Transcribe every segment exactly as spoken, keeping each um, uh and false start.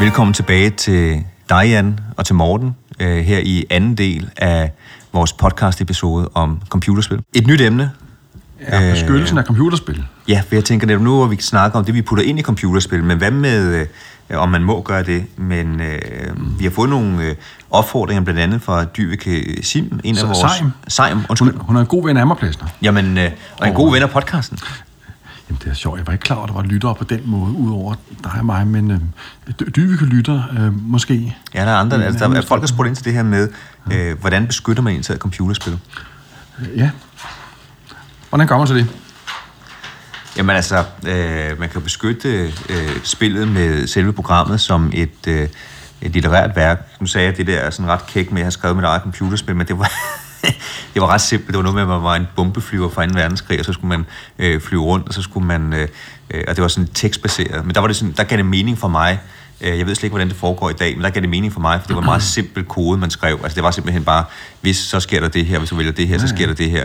Velkommen tilbage til dig, Jan, og til Morten, øh, her i anden del af vores podcast-episode om computerspil. Et nyt emne. Ja, beskyttelsen øh, af computerspil. Ja, for jeg tænker netop nu, at vi kan snakke om det, vi putter ind i computerspil, men hvad med, øh, om man må gøre det? Men øh, vi har fået nogle øh, opfordringer, blandt andet fra Dyveke Sim, en af vores... Seim. Seim, undskyld. Hun, hun er en god ven af Ammerpladsen. Jamen, øh, og en og, god ven af podcasten. Jamen, det er sjovt. Jeg var ikke klar over, at der var lyttere på den måde, udover dig og mig, men øh, Dyveke lytter øh, måske. Ja, der er andre. Altså, der er folk, der spurgt ind til det her med, øh, hvordan beskytter man egentlig et computerspil? Ja. Hvordan gør man så det? Jamen altså, øh, man kan beskytte øh, spillet med selve programmet som et, øh, et litterært værk. Nu sagde jeg, at det der er sådan ret kæk med, at jeg har skrevet mit eget computerspil, men det var, det var ret simpelt. Det var noget med, at man var en bombeflyver fra anden verdenskrig, og så skulle man øh, flyve rundt, og så skulle man, øh, og det var sådan tekstbaseret. Men der, var det sådan, der gav det mening for mig. Jeg ved slet ikke, hvordan det foregår i dag, men der gav det mening for mig, for det var meget simpel kode, man skrev. Altså det var simpelthen bare, hvis så sker der det her, hvis du vælger det her, så sker der det her.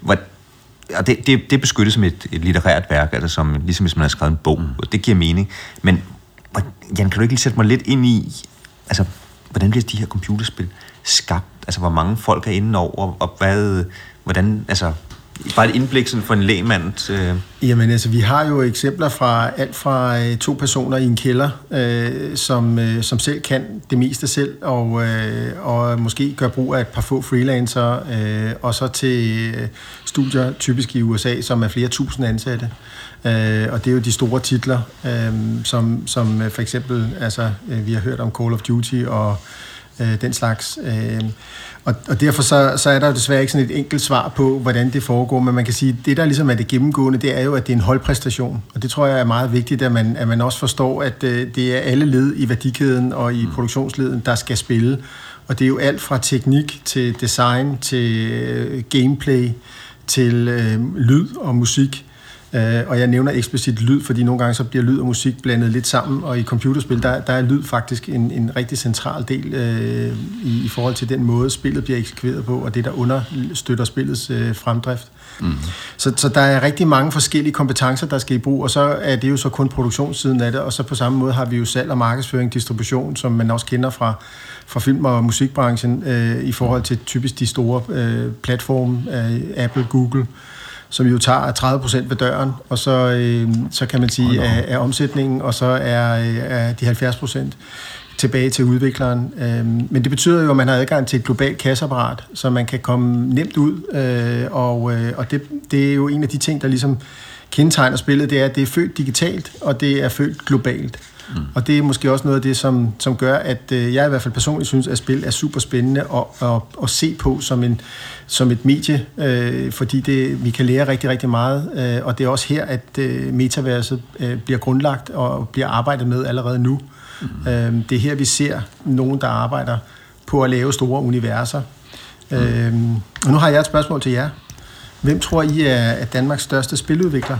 Og det, det, det er beskyttet som et, et litterært værk, altså som, ligesom hvis man har skrevet en bog, og det giver mening. Men Jan, kan du ikke lige sætte mig lidt ind i, altså, hvordan bliver de her computerspil skabt? Altså, hvor mange folk er inde over, og hvad, hvordan, altså, bare et indblik sådan for en lægmand. Øh. Jamen, altså, vi har jo eksempler fra alt fra øh, to personer i en kælder, øh, som, øh, som selv kan det meste selv, og, øh, og måske gør brug af et par få freelancere, øh, og så til øh, studier, typisk i U S A, som er flere tusind ansatte. Øh, og det er jo de store titler, øh, som, som øh, for eksempel, altså, øh, vi har hørt om Call of Duty og øh, den slags. Øh, og, og derfor så, så er der jo desværre ikke sådan et enkelt svar på, hvordan det foregår, men man kan sige, at det, der ligesom er det gennemgående, det er jo, at det er en holdpræstation. Og det tror jeg er meget vigtigt, at man, at man også forstår, at øh, det er alle led i værdikæden og i produktionsleden, der skal spille. Og det er jo alt fra teknik til design, til øh, gameplay, til øh, lyd og musik. Uh, og jeg nævner eksplicit lyd, fordi nogle gange så bliver lyd og musik blandet lidt sammen, og i computerspil, der, der er lyd faktisk en, en rigtig central del uh, i, i forhold til den måde, spillet bliver eksekveret på, og det, der understøtter spillets uh, fremdrift. Mm. Så, så der er rigtig mange forskellige kompetencer, der skal i brug, og så er det jo så kun produktionssiden af det, og så på samme måde har vi jo salg og markedsføring, distribution, som man også kender fra, fra film- og musikbranchen, uh, i forhold til typisk de store uh, platforme, uh, Apple, Google, som jo tager tredive procent ved døren, og så, øh, så kan man sige, af, af omsætningen, og så er, er de halvfjerds procent tilbage til udvikleren. Øh, men det betyder jo, at man har adgang til et globalt kasseapparat, så man kan komme nemt ud, øh, og, øh, og det, det er jo en af de ting, der ligesom kendetegner spillet, det er, at det er født digitalt, og det er født globalt. Mm. Og det er måske også noget af det, som, som gør, at øh, jeg i hvert fald personligt synes, at spil er super spændende at, at, at se på som, en, som et medie, øh, fordi det, vi kan lære rigtig, rigtig meget, øh, og det er også her, at øh, metaverset øh, bliver grundlagt og bliver arbejdet med allerede nu. Mm. Øh, det er her, vi ser nogen, der arbejder på at lave store universer. Mm. Øh, og nu har jeg et spørgsmål til jer. Hvem tror I er, er Danmarks største spiludvikler?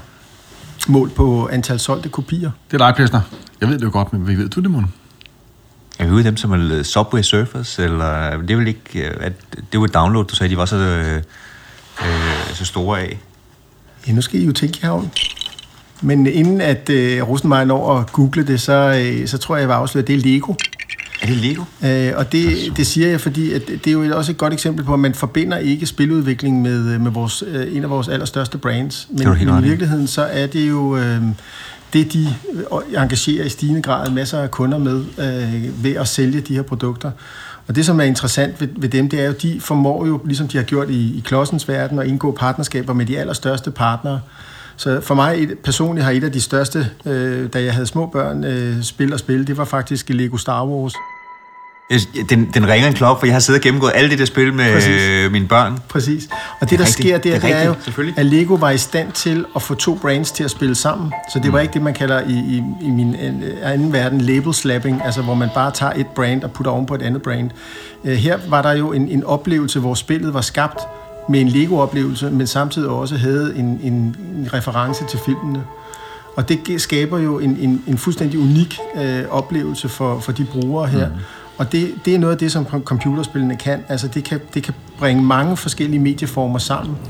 Mål på antal solgte kopier. Det er dig, Plesner. Jeg ved det jo godt, men ved du det, Mon? Jeg ved dem, som er Subway Surfers, eller det er vel ikke... At det var et download, du sagde, de var så, øh, øh, så store af. Ja, nu skal I jo tænke her. Men inden at øh, Rosenmeier når at google det, så, øh, så tror jeg, jeg vil afsløre, at det er Lego. Er det Lego? Øh, og det, det siger jeg, fordi at det er jo også et godt eksempel på, at man forbinder ikke spiludvikling med, med vores, øh, en af vores allerstørste brands. Men, men i virkeligheden, så er det jo øh, det, de engagerer i stigende grad masser af kunder med øh, ved at sælge de her produkter. Og det, som er interessant ved, ved dem, det er jo, de formår jo, ligesom de har gjort i, i klodsens verden, at indgå partnerskaber med de allerstørste partnere. Så for mig et, personligt har et af de største, øh, da jeg havde små børn, øh, spil og spil, det var faktisk Lego Star Wars. Den, den ringer en klokke, for jeg har siddet og gennemgået alle de der spil med øh, mine børn. Præcis. Og det, det der rigtigt. sker der, det, det, er, det er jo, at Lego var i stand til at få to brands til at spille sammen. Så det mm. var ikke det, man kalder i, i, i min anden verden label slapping, altså hvor man bare tager et brand og putter oven på et andet brand. Her var der jo en, en oplevelse, hvor spillet var skabt med en Lego-oplevelse, men samtidig også havde en, en, en reference til filmene. Og det skaber jo en, en, en fuldstændig unik øh, oplevelse for, for de brugere her. Mm. Og det, det er noget af det, som computerspillene kan. Altså det kan, det kan bringe mange forskellige medieformer sammen.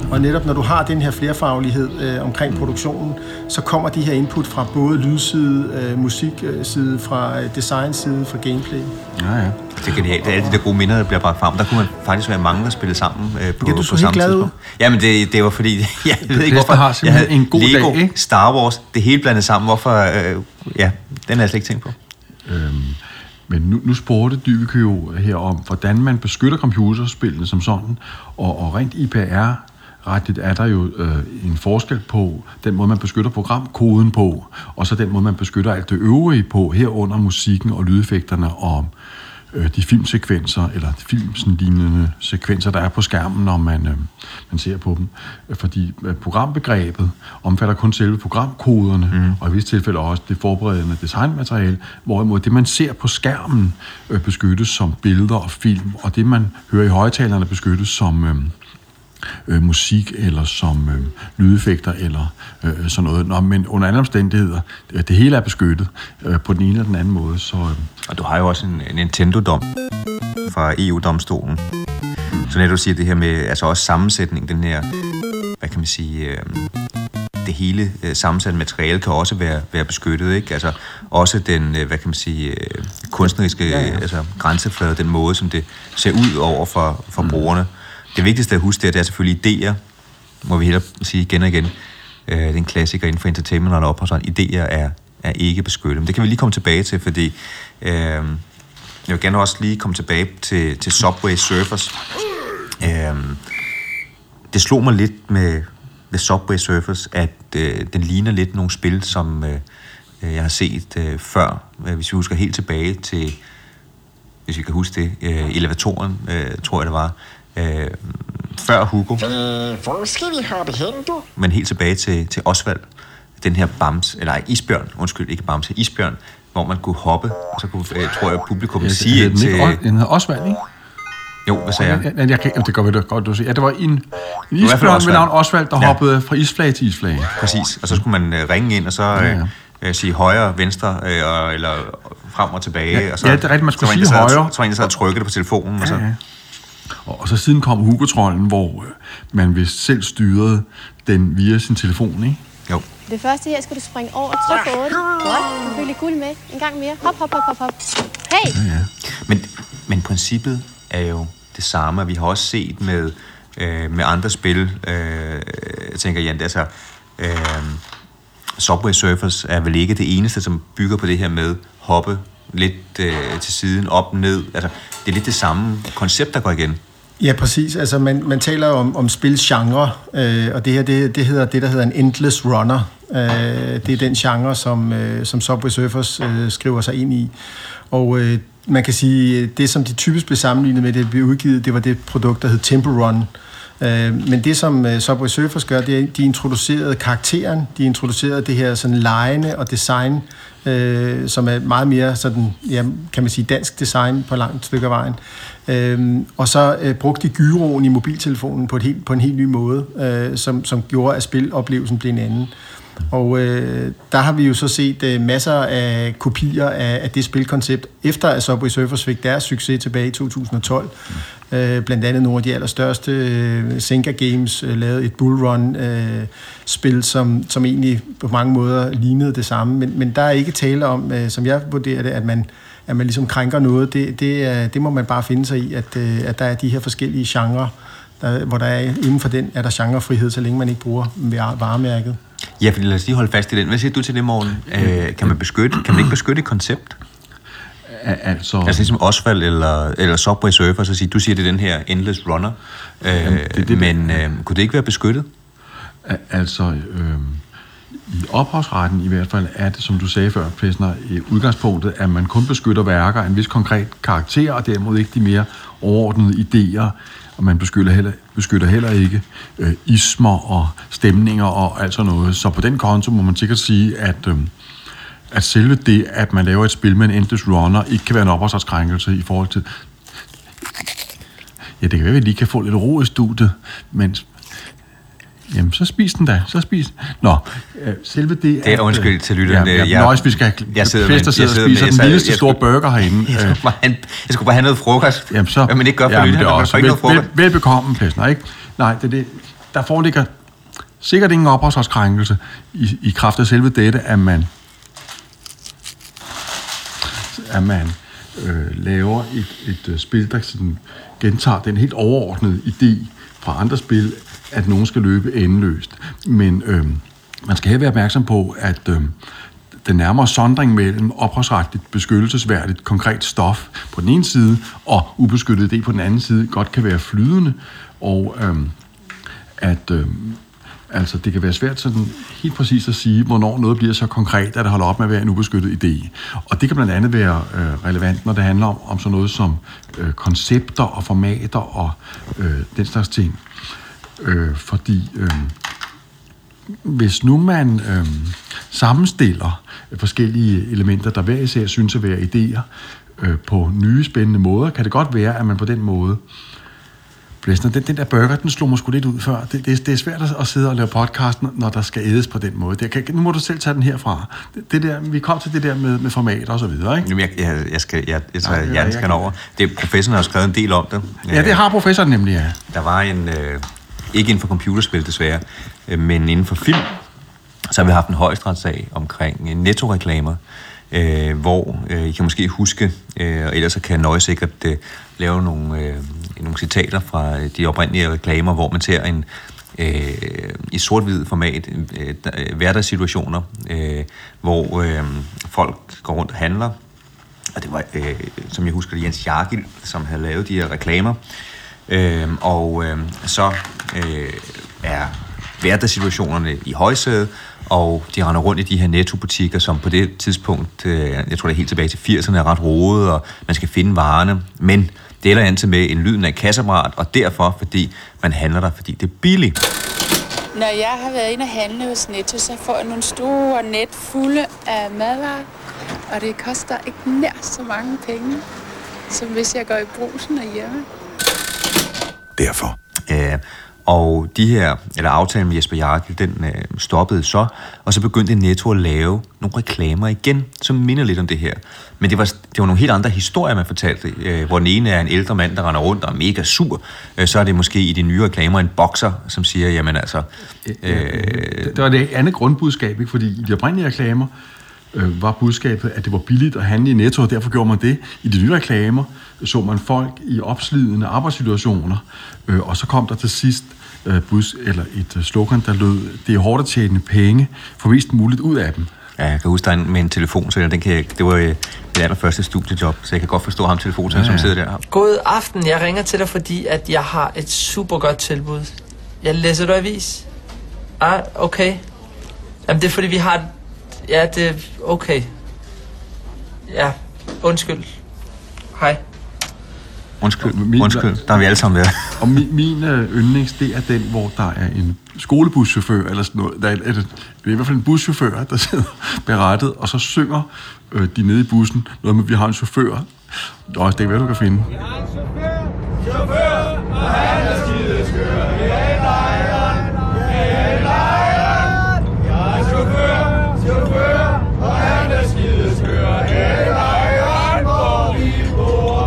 Og netop når du har den her flerfaglighed øh, omkring produktionen, så kommer de her input fra både lydside, øh, musikside, fra øh, designside, fra gameplay. Ja, ja. Det er genialt. Det er alle de der gode minder, der bliver bragt frem. Der kunne man faktisk være mange, der spillede sammen øh, på, ja, på samme tidspunkt. Ja, men det, det var fordi, jeg ved ikke hvorfor, har jeg havde en god Lego, dag, ikke? Star Wars, det hele blandet sammen. Hvorfor, øh, ja, den har jeg slet ikke tænkt på. Øhm. Men nu, nu spurgte Dyveke jo her om, hvordan man beskytter computerspillene som sådan, og, og rent I P R-retligt er der jo øh, en forskel på den måde, man beskytter programkoden på, og så den måde, man beskytter alt det øvrige på, herunder musikken og lydeffekterne og øh, de filmsekvenser, eller de filmlignende sekvenser, der er på skærmen, når man, øh, man ser på dem. Fordi øh, programbegrebet omfatter kun selve programkoderne, mm. og i visse tilfælde også det forberedende designmateriale, hvorimod det, man ser på skærmen, øh, beskyttes som billeder og film, og det, man hører i højtalerne, beskyttes som øh, øh, musik, eller som øh, lydeffekter, eller øh, sådan noget. Nå, men under andre omstændigheder, det, det hele er beskyttet øh, på den ene eller den anden måde. Så, øh. Og du har jo også en, en Nintendo-dom fra E U-domstolen. Mm. Så når du siger det her med, altså også sammensætning, den her, hvad kan man sige, øh, det hele øh, sammensatte materiale kan også være, være beskyttet, ikke? Altså også den, øh, hvad kan man sige, øh, kunstneriske ja, ja. Altså, grænseflade, den måde, som det ser ud over for, for mm. brugerne. Det vigtigste at huske, det er, det er selvfølgelig idéer, må vi hellere sige igen og igen. Øh, det er en klassiker inden for entertainment, når der op og sådan, idéer er, er ikke beskyttet. Men det kan vi lige komme tilbage til, fordi øh, jeg vil gerne også lige komme tilbage til, til Subway Surfers. Øh, det slog mig lidt med, med Subway Surfers, at øh, den ligner lidt nogle spil, som øh, jeg har set øh, før. Hvis vi husker helt tilbage til, hvis vi kan huske det, øh, Elevatoren, øh, tror jeg det var, øh, før Hugo. Hvor skal vi hoppe hen, du? Men helt tilbage til, til Osvald, den her bams, eller isbjørn, undskyld, ikke bams, isbjørn, hvor man kunne hoppe, og så kunne, øh, tror jeg, publikum ja, sige den til... Ikke, den hedder Osvald, ikke? Jo, hvad sagde jeg? jeg, jeg kan, det går vel godt, du siger. Ja, det var en, en isbjørn ved navn Osvald, der ja. hoppede fra isflag til isflag. Præcis, og så skulle man øh, ringe ind, og så ja, ja. Øh, sige højre, venstre, øh, eller frem og tilbage. Ja, og så, ja det er rigtigt, man skulle sige så højre. Så var en, der sad og trykkede det på telefonen. Ja, og, så. Ja. Og, og så siden kom Hugo-trollen, hvor øh, man vist selv styrede den via sin telefon, ikke? Jo. Det første her skal du springe over, tryk på otte. Godt, du får lidt guld med. En gang mere. Hop, hop, hop, hop, hop. Hey! Ja, ja. Men, men princippet er jo det samme. Vi har også set med, øh, med andre spil, øh, jeg tænker, Jan, det er altså... Øh, Subway Surfers er vel ikke det eneste, som bygger på det her med hoppe lidt øh, til siden, op, ned. Altså, det er lidt det samme koncept, der går igen. Ja, præcis. Altså, man, man taler om, om spilgenre, øh, og det her, det, det hedder det, der hedder en endless runner. Øh, det er den genre, som, øh, som Subway Surfers øh, skriver sig ind i. Og øh, man kan sige, det som de typisk blev sammenlignet med, det blev udgivet, det var det produkt, der hed Temple Run. Men det, som Subway Surfers gør, det er, de introducerede karakteren, de introducerede det her sådan legende og design, øh, som er meget mere sådan, ja, kan man sige, dansk design på langt stykke af vejen. Øh, og så øh, brugte de gyroen i mobiltelefonen på, et helt, på en helt ny måde, øh, som, som gjorde, at spiloplevelsen blev en anden. Og øh, der har vi jo så set øh, masser af kopier af, af det spilkoncept, efter at Subway Surfers fik deres succes tilbage i to tusind og tolv. Mm. Øh, blandt andet nogle af de allerstørste øh, Zynga Games øh, lavede et bullrun-spil, øh, som, som egentlig på mange måder lignede det samme. Men, men der er ikke tale om, øh, som jeg vurderer det, at man, at man ligesom krænker noget. Det, det, øh, det må man bare finde sig i, at, øh, at der er de her forskellige genrer, der, hvor der er inden for den er der genrefrihed, så længe man ikke bruger varemærket. Ja, for lad os lige holde fast i den. Hvad siger du til det, Morten? Øh, kan man beskytte, kan man ikke beskytte et koncept? Altså, altså ligesom Osvald eller, eller Subway Surfer, så siger du siger, det er den her endless runner. Øh, Jamen, det, det, men øh, kunne det ikke være beskyttet? Altså, øh, i ophavsretten i hvert fald er det, som du sagde før, Plesner, i udgangspunktet, at man kun beskytter værker af en vis konkret karakter, og derimod ikke de mere overordnede idéer, og man beskytter heller, beskytter heller ikke øh, ismer og stemninger og alt sådan noget. Så på den konto må man sikkert sige, at, øh, at selve det, at man laver et spil med en endless runner, ikke kan være en ophavsretskrænkelse i forhold til... Ja, det kan være, at vi lige kan få lidt ro i studiet, men... Jamen, så spis den da. Så spis. Nå, øh, selve det... Det er undskyld til lytterne. Ja, ja, nøjes, vi skal have jeg sidder fester sidder og spiser den lilleste store burger herinde. Jeg skulle, bare have, jeg skulle bare have noget frokost. Jamen, så... Hvad man ikke gør for lytterne, man får ikke noget frokost. Vel, velbekommen, Plesner, ikke? Nej, det er det... der foreligger sikkert ingen ophavsretskrænkelse i, i kraft af selve dette, at man, at man øh, laver et, et uh, spil, der sådan gentager den helt overordnede idé fra andre spil, at nogen skal løbe endeløst. Men øh, man skal have være opmærksom på, at øh, den nærmere sondring mellem ophavsretligt beskyttelsesværdigt konkret stof på den ene side og ubeskyttet idé på den anden side godt kan være flydende, og øh, at øh, altså, det kan være svært sådan helt præcis at sige, hvornår noget bliver så konkret, at det holder op med at være en ubeskyttet idé. Og det kan blandt andet være øh, relevant, når det handler om, om sådan noget som øh, koncepter og formater og øh, den slags ting. Øh, fordi øh, hvis nu man øh, sammenstiller forskellige elementer, der hver især synes at være idéer øh, på nye spændende måder, kan det godt være, at man på den måde Den, den der burger, den slog mig sgu lidt ud før. Det, det, det er svært at sidde og lave podcast, når der skal ædes på den måde. Det, kan, nu må du selv tage den herfra. Det, det der, vi kom til det der med, med formater og så videre, ikke? Jamen, jeg, jeg, jeg skal, jeg, jeg tager ja, hjernen skal over. Det, professoren har skrevet en del om det. Ja, det har professoren nemlig, ja. Der var en, øh, ikke inden for computerspil desværre, øh, men inden for film, så har vi haft en højesteretsag omkring Netto-reklamer, øh, hvor øh, I kan måske huske, øh, og ellers så kan jeg nøjesikkert øh, lave nogle, øh, nogle citater fra de oprindelige reklamer, hvor man ser en øh, i sort-hvid format øh, hverdagssituationer, øh, hvor øh, folk går rundt og handler, og det var, øh, som jeg husker, Jens Jargil, som havde lavet de her reklamer, øh, og øh, så øh, er hverdagssituationerne i højsædet, og de render rundt i de her Netto-butikker, som på det tidspunkt, øh, jeg tror det er helt tilbage til firserne, er ret rodet, og man skal finde varerne, men det er altid med en lyden af et kasseapparat, og derfor, fordi man handler der, fordi det er billigt. Når jeg har været inde og handle hos Netto, så får jeg nogle store net fulde af madvarer, og det koster ikke nær så mange penge, som hvis jeg går i Brugsen derhjemme. Derfor. Øh, Og de her, eller aftalen med Jesper Jargil, den øh, stoppede så, og så begyndte Netto at lave nogle reklamer igen, som minder lidt om det her. Men det var, det var nogle helt andre historier, man fortalte, øh, hvor den ene er en ældre mand, der render rundt og er mega sur. Øh, så er det måske i de nye reklamer en bokser, som siger, jamen altså... Øh, det, det var det andet grundbudskab, ikke? Fordi i de oprindelige reklamer øh, var budskabet, at det var billigt at handle i Netto, og derfor gjorde man det. I de nye reklamer så man folk i opslidende arbejdssituationer, øh, og så kom der til sidst bus eller et slogan, der lød, det er hårdt at tjene penge, for mest muligt ud af dem. Ja, jeg kan huske, der med en telefon, så den kan jeg, det var det allerførste studiejob, så jeg kan godt forstå ham telefonen, ja, ja. Som sidder der. God aften, jeg ringer til dig, fordi at jeg har et super godt tilbud. Jeg læser du avis? Ah, okay. Jamen det er fordi, vi har... Ja, det er okay. Ja, undskyld. Hej. Undskyld, min, undskyld, der har vi alle sammen været. Og min, min yndlings, det er den, hvor der er en skolebuschauffør, eller sådan noget. Der er, er det, det er i hvert fald en buschauffør, der sidder berettet, og så synger øh, de nede i bussen noget med, at vi har en chauffør. Nå, det kan være, du kan finde. Vi har en chauffør, chauffør, og han er skideskør. Vi er en lejren, vi er en lejren. Vi har en chauffør, chauffør, og han er skideskør. Vi er en lejren, hvor vi bor.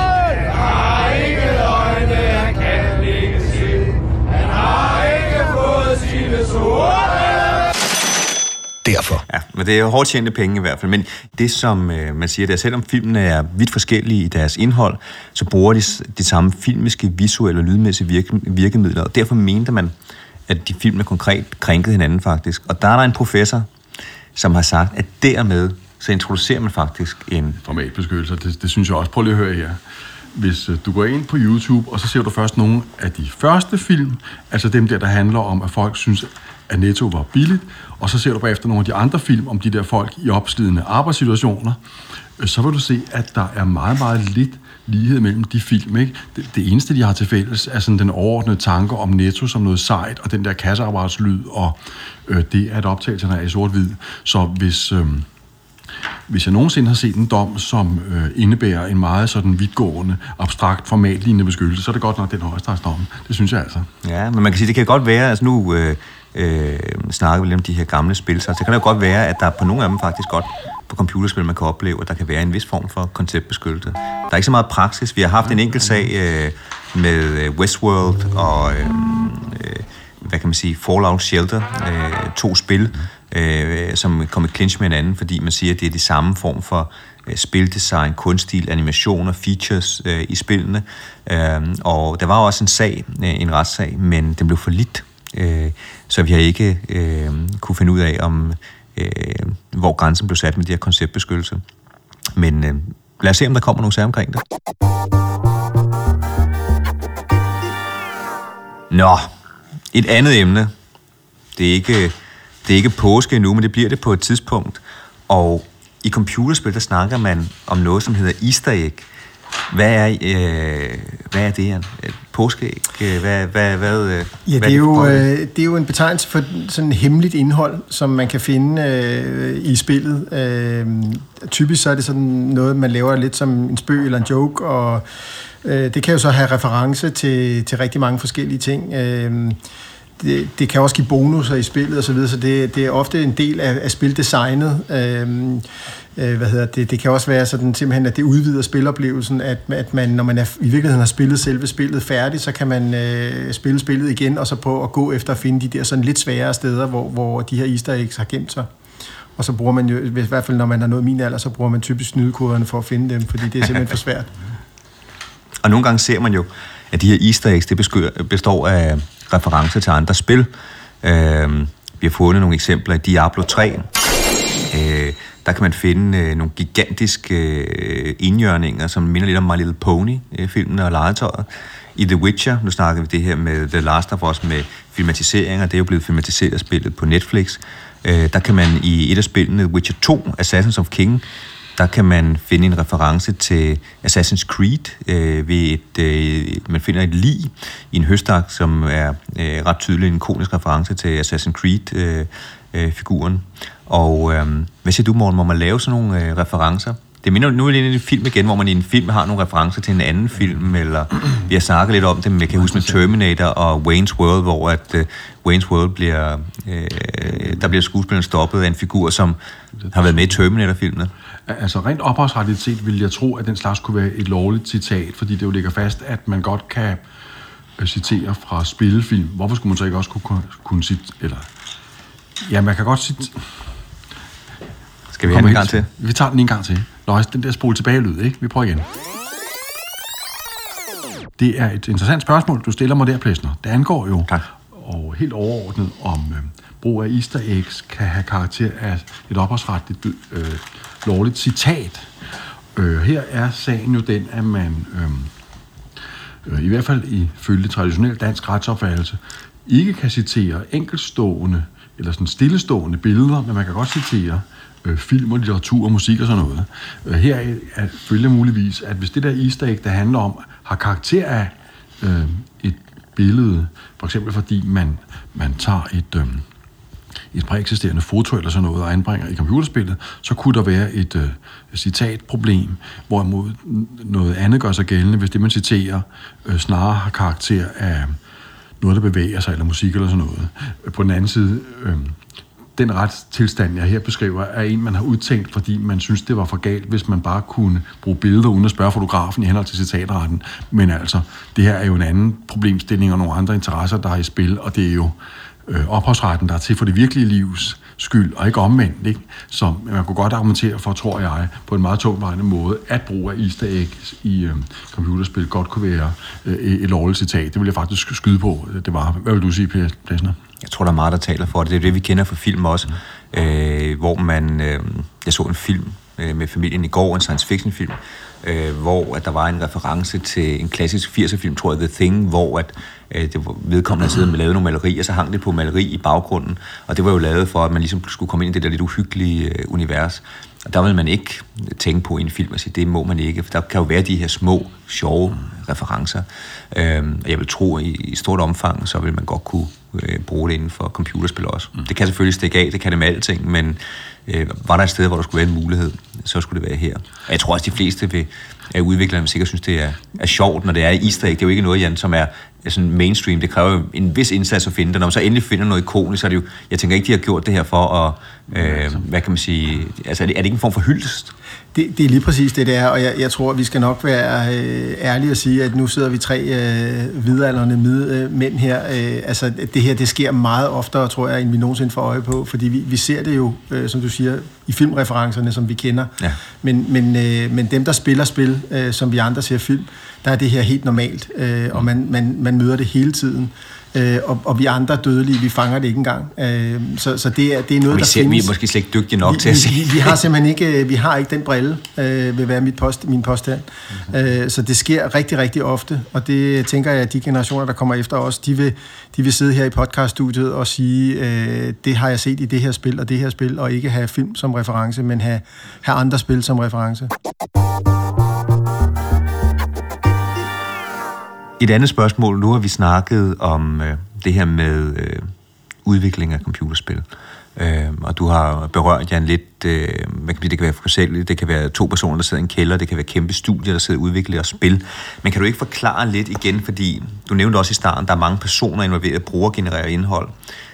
Derfor. Ja, men det er jo hårdt tjente penge i hvert fald. Men det, som øh, man siger, det er, selvom filmene er vidt forskellige i deres indhold, så bruger de de samme filmiske, visuelle og lydmæssige virke, virkemidler, og derfor mente man, at de filmene konkret krænkede hinanden faktisk. Og der er der en professor, som har sagt, at dermed så introducerer man faktisk en... Formatbeskyttelse, det, det synes jeg også. Prøv lige at høre her. Hvis øh, du går ind på YouTube, og så ser du først nogle af de første film, altså dem der, der handler om, at folk synes, at Netto var billigt, og så ser du bagefter nogle af de andre film om de der folk i opslidende arbejdssituationer, øh, så vil du se, at der er meget, meget lidt lighed mellem de film, ikke? Det, det eneste, de har til fælles, er sådan den overordnede tanke om Netto som noget sejt, og den der kasseapparatslyd, og øh, det, at optagelserne er i sort-hvid. Så hvis... Øh, Hvis jeg nogensinde har set en dom, som øh, indebærer en meget sådan vidtgående, abstrakt, formatlignende beskyttelse, så er det godt nok den højesteretsdom. Det synes jeg altså. Ja, men man kan sige, det kan godt være, altså nu øh, øh, snakker vi lidt om de her gamle spil, så det kan jo godt være, at der på nogle af dem faktisk godt på computerspil, man kan opleve, at der kan være en vis form for konceptbeskyttelse. Der er ikke så meget praksis. Vi har haft en enkelt sag øh, med Westworld og øh, øh, hvad kan man sige, Fallout Shelter, øh, to spil, øh, som kom i clinch med hinanden, fordi man siger, at det er de samme form for øh, spildesign, kunststil, animationer, features øh, i spillene. Øh, og der var også en sag, øh, en retssag, men den blev for lidt, øh, så vi har ikke øh, kunne finde ud af, om øh, hvor grænsen blev sat med de her konceptbeskyttelse. Men øh, lad os se, om der kommer nogle sager omkring det. Nå, et andet emne. Det er ikke, det er ikke påske endnu, men det bliver det på et tidspunkt. Og i computerspil, der snakker man om noget, som hedder Easter egg. Hvad er, øh, hvad er det, Jan? Påskeæg? Hvad, hvad, hvad, ja, hvad det er, jo, øh, det er jo en betegnelse for sådan hemmeligt indhold, som man kan finde øh, i spillet. Øh, typisk så er det sådan noget, man laver lidt som en spøg eller en joke, og øh, det kan jo så have reference til, til rigtig mange forskellige ting. Øh, det, det kan også give bonusser i spillet og så videre, så det, det er ofte en del af, af spildesignet. Øh, Hvad hedder det? Det kan også være sådan simpelthen, at det udvider spiloplevelsen, at, at man, når man er, i virkeligheden har spillet selve spillet færdigt, så kan man øh, spille spillet igen, og så på at gå efter at finde de der sådan lidt sværere steder, hvor, hvor de her easter eggs har gemt sig. Og så bruger man jo, i hvert fald når man har nået min alder, så bruger man typisk snydekoderne for at finde dem, fordi det er simpelthen for svært. Og nogle gange ser man jo, at de her easter eggs, det består af referencer til andre spil. Øh, vi har fundet nogle eksempler i Diablo tre. Øh, Der kan man finde øh, nogle gigantiske øh, indjørninger, som minder lidt om My Little Pony-filmen øh, og legetøjet. I The Witcher, nu snakker vi det her med The Last of Us med filmatiseringer, det er jo blevet filmatiseret spillet på Netflix. Øh, der kan man i et af spillene, Witcher to, Assassins of King, der kan man finde en reference til Assassin's Creed øh, ved et, øh, man finder et lig i en høstak, som er øh, ret tydeligt en ikonisk reference til Assassin's Creed øh, øh, figuren. Og øh, hvad siger du, Morten, må man lave sådan nogle øh, referencer? Det minder nu er det en film igen, hvor man i en film har nogle referencer til en anden film, eller vi har snakket lidt om det, men jeg kan huske med Terminator og Wayne's World, hvor at øh, Wayne's World bliver, øh, der bliver skuespilleren stoppet af en figur, som har været med i Terminator-filmene. Altså rent ophavsretligt set vil jeg tro, at den slags kunne være et lovligt citat, fordi det jo ligger fast, at man godt kan citere fra spillefilm. Hvorfor skulle man så ikke også kunne, kunne citere, eller ja, man kan godt citere. Skal vi have en gang til? Vi tager den en gang til. Løjs, den der spole tilbage lyd, ikke? Vi prøver igen. Det er et interessant spørgsmål, du stiller mig der, Plesner. Det angår jo, tak. Og helt overordnet, om øh, brug af easter eggs kan have karakter af et ophavsretligt øh, lovligt citat. Øh, her er sagen jo den, at man øh, øh, i hvert fald ifølge traditionel dansk retsopfattelse ikke kan citere enkeltstående eller sådan stillestående billeder, men man kan godt citere øh, film og litteratur og musik og sådan noget. Øh, her er, er følger muligvis, at hvis det der easter egg, der handler om, har karakter af øh, et billede, for eksempel fordi man, man tager et, øh, et præeksisterende foto eller sådan noget og anbringer i computerspillet, så kunne der være et øh, citatproblem, hvorimod noget andet gør sig gældende, hvis det, man citerer, øh, snarere har karakter af noget, der bevæger sig, eller musik eller sådan noget. På den anden side, øh, den retstilstand, jeg her beskriver, er en, man har udtænkt, fordi man synes, det var for galt, hvis man bare kunne bruge billeder uden at spørge fotografen i henhold til citatretten. Men altså, det her er jo en anden problemstilling og nogle andre interesser, der er i spil, og det er jo øh, ophavsretten, der er til for det virkelige livs skyld, og ikke omvendt, ikke? Så man kunne godt argumentere for, tror jeg, på en meget tungtvejende måde, at brug af easter eggs i øh, computerspil godt kunne være øh, et lovligt citat. Det vil jeg faktisk skyde på, det var. Hvad vil du sige, Plesner? Jeg tror, der er meget, der taler for det. Det er det, vi kender fra film også, mm. øh, hvor man... Øh, jeg så en film øh, med familien i går, en science fiction film, øh, hvor at der var en reference til en klassisk firser film, tror jeg, The Thing, hvor at øh, det var vedkommende, der sidder og lavede nogle malerier, og så hang det på maleri i baggrunden, og det var jo lavet for, at man ligesom skulle komme ind i det der lidt uhyggelige øh, univers. Og der vil man ikke tænke på i en film og sige, det må man ikke, for der kan jo være de her små, sjove mm. referencer. Øhm, og jeg vil tro, at i, i stort omfang, så vil man godt kunne øh, bruge det inden for computerspil også. Mm. Det kan selvfølgelig stikke af, det kan det med alting, men øh, var der et sted, hvor der skulle være en mulighed, så skulle det være her. Og jeg tror også, de fleste vil, af udviklerne sikkert synes, det er, er sjovt, når det er easter egg. Det er jo ikke noget, Jan, som er sådan mainstream. Det kræver jo en vis indsats at finde det. Når man så endelig finder noget ikonisk, så er det jo, jeg tænker ikke, de har gjort det her for at, øh, hvad kan man sige, altså er det, er det ikke en form for hyldest? Det, det er lige præcis det, det er, og jeg, jeg tror, vi skal nok være øh, ærlige og sige, at nu sidder vi tre øh, vidaldrende øh, mænd her. Øh, altså, det her, det sker meget oftere, tror jeg, end vi nogensinde får øje på, fordi vi, vi ser det jo, øh, som du siger, i filmreferencerne, som vi kender. Ja. Men, men, øh, men dem, der spiller spil, øh, som vi andre ser film, der er det her helt normalt, øh, og man, man, man møder det hele tiden. Øh, og, og vi andre dødelige, vi fanger det ikke engang. Øh, så, så det er, det er noget, vi der ser, findes. Vi er måske slet ikke dygtige nok vi, til at se. Vi, vi, vi har simpelthen ikke, vi har ikke den brille, øh, vil være mit post, min påstand. Mm-hmm. Øh, så det sker rigtig, rigtig ofte, og det tænker jeg, at de generationer, der kommer efter os, de vil, de vil sidde her i podcaststudiet og sige, øh, det har jeg set i det her spil og det her spil, og ikke have film som reference, men have, have andre spil som reference. Et andet spørgsmål, nu har vi snakket om øh, det her med øh, udvikling af computerspil, øh, og du har berørt, Jan, lidt, øh, hvad kan det, det kan være forskelligt, det kan være to personer, der sidder i en kælder, det kan være kæmpe studier, der sidder og udvikler og spil, men kan du ikke forklare lidt igen, fordi du nævnte også i starten, der er mange personer involveret at bruge og generere indhold.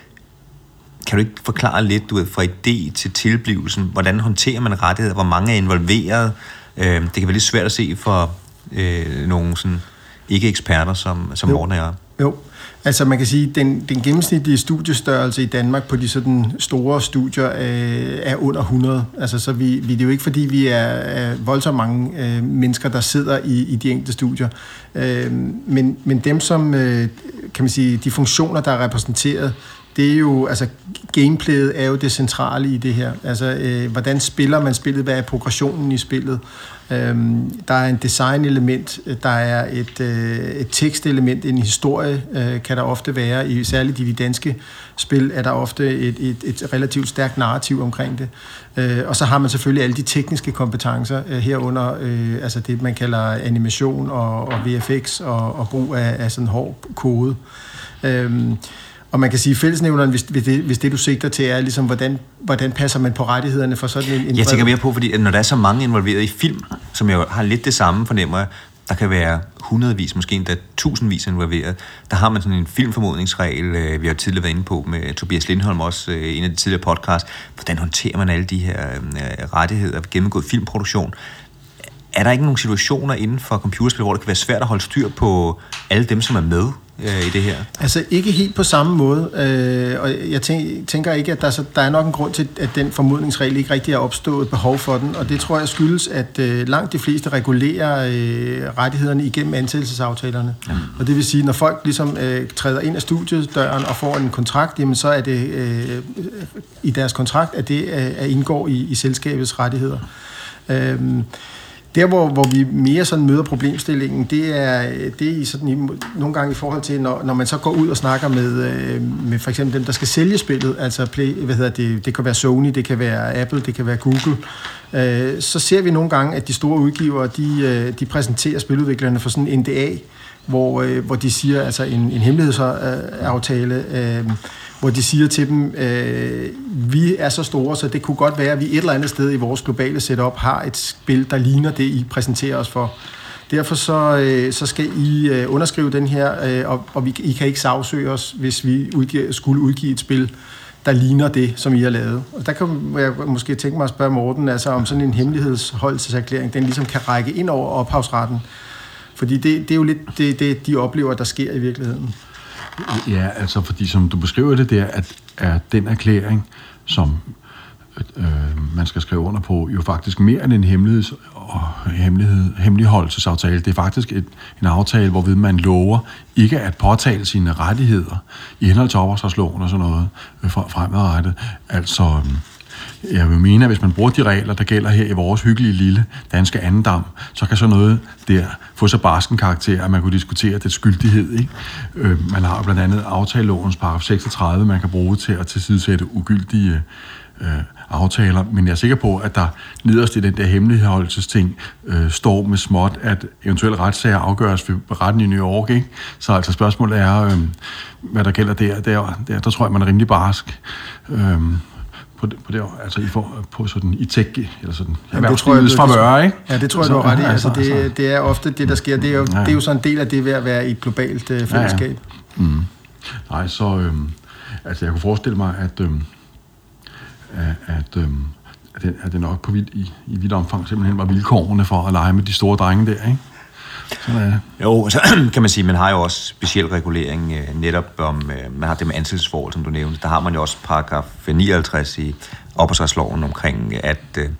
Kan du ikke forklare lidt, du ved, fra idé til tilblivelsen, hvordan håndterer man rettigheder, hvor mange er involveret? Øh, det kan være lidt svært at se for øh, nogle sådan ikke eksperter, som, som Morten og jeg. Jo, altså man kan sige, at den, den gennemsnitlige studiestørrelse i Danmark på de sådan store studier øh, er under hundrede. Altså, så vi, vi, det er jo ikke, fordi vi er, er voldsomt mange øh, mennesker, der sidder i, i de enkelte studier. Øh, men, men dem, som, øh, kan man sige, de funktioner, der er repræsenteret, det er jo, altså gameplayet er jo det centrale i det her. Altså, øh, hvordan spiller man spillet? Hvad er progressionen i spillet? Øhm, der er en design-element, der er et, øh, et tekstelement, en historie øh, kan der ofte være. I særligt i de danske spil er der ofte et, et, et relativt stærkt narrativ omkring det. Øh, og så har man selvfølgelig alle de tekniske kompetencer øh, herunder, øh, altså det man kalder animation og, og V F X og, og brug af, af sådan hård kode. Øhm, Og man kan sige, at fællesnævneren, hvis, hvis, det, hvis det, du sigter til, er ligesom, hvordan, hvordan passer man på rettighederne for sådan en... en jeg tænker mere på, fordi når der er så mange involveret i film, som jeg har lidt det samme fornemmer, der kan være hundredvis, måske endda tusindvis involveret, der har man sådan en filmformodningsregel, vi har tidligere været inde på med Tobias Lindholm, også en af de tidligere podcast. Hvordan håndterer man alle de her rettigheder, gennemgået filmproduktion? Er der ikke nogle situationer inden for computerspil, hvor det kan være svært at holde styr på alle dem, som er med øh, i det her? Altså ikke helt på samme måde, øh, og jeg tænker ikke, at der er, så, der er nok en grund til, at den formodningsregel ikke rigtig er opstået behov for den, og det tror jeg skyldes, at øh, langt de fleste regulerer øh, rettighederne igennem ansættelsesaftalerne. Mm. Og det vil sige, når folk ligesom øh, træder ind af studiedøren og får en kontrakt, jamen så er det øh, i deres kontrakt, at det øh, indgår i, i selskabets rettigheder. Øh, Der, hvor, hvor vi mere sådan møder problemstillingen, det er, det er i sådan, i, nogle gange i forhold til, når, når man så går ud og snakker med, med for eksempel dem, der skal sælge spillet, altså Play, hvad hedder det, det kan være Sony, det kan være Apple, det kan være Google, øh, så ser vi nogle gange, at de store udgivere, de, de præsenterer spiludviklerne for sådan en N D A, hvor, øh, hvor de siger, altså en, en hemmelighedsaftale, øh, hvor de siger til dem, øh, vi er så store, så det kunne godt være, at vi et eller andet sted i vores globale setup har et spil, der ligner det, I præsenterer os for. Derfor så, øh, så skal I øh, underskrive den her, øh, og, og vi, I kan ikke sagsøge os, hvis vi udgiver, skulle udgive et spil, der ligner det, som I har lavet. Og der kan jeg måske tænke mig at spørge Morten, altså om sådan en hemmelighedsholdelseserklæring, den ligesom kan række ind over ophavsretten. Fordi det, det er jo lidt det, det, de oplever, der sker i virkeligheden. Ja, altså fordi som du beskriver det der, at, at den erklæring, som øh, man skal skrive under på, jo faktisk mere end en hemmeligheds- og hemmelighed, hemmeligholdelsesaftale. Det er faktisk et, en aftale, hvorved man lover ikke at påtale sine rettigheder i henhold til ophavsretsloven og sådan noget øh, fremadrettet. Altså, øh, jeg vil mene, at hvis man bruger de regler, der gælder her i vores hyggelige lille danske andendam, så kan sådan noget der få så barsken karakter, at man kunne diskutere det skyldighed. Ikke? Øh, man har blandt andet aftalelovens paragraf seksogtredive, man kan bruge til at tilsidesætte ugyldige øh, aftaler, men jeg er sikker på, at der nederst i den der hemmeligholdelsesting øh, står med småt, at eventuelle retssager afgøres ved retten i New York. Ikke? Så altså spørgsmålet er, øh, hvad der gælder der, der, der, der tror jeg, man er rimelig barsk. Øh, på det, på det altså i, for, på sådan, i tech, eller sådan, ja, det tror jeg, favør, ikke? Ja, det tror jeg, du har ret i. Altså, det, det er ofte det, der sker. Det er jo, ja. det er jo sådan en del af det ved at være i et globalt øh, fællesskab. Ja, ja. Mm. Nej, så øhm, altså jeg kunne forestille mig, at, øhm, at, øhm, at, det, at det nok på vidt, i, i vidt omfang simpelthen var vilkårene for at lege med de store drenge der, ikke? Sådan er det. Jo, så kan man sige, man har jo også speciel regulering øh, netop om, øh, man har det med ansættelsesforhold, som du nævnte. Der har man jo også paragraf nioghalvtreds i ophavsretsloven omkring, at øh,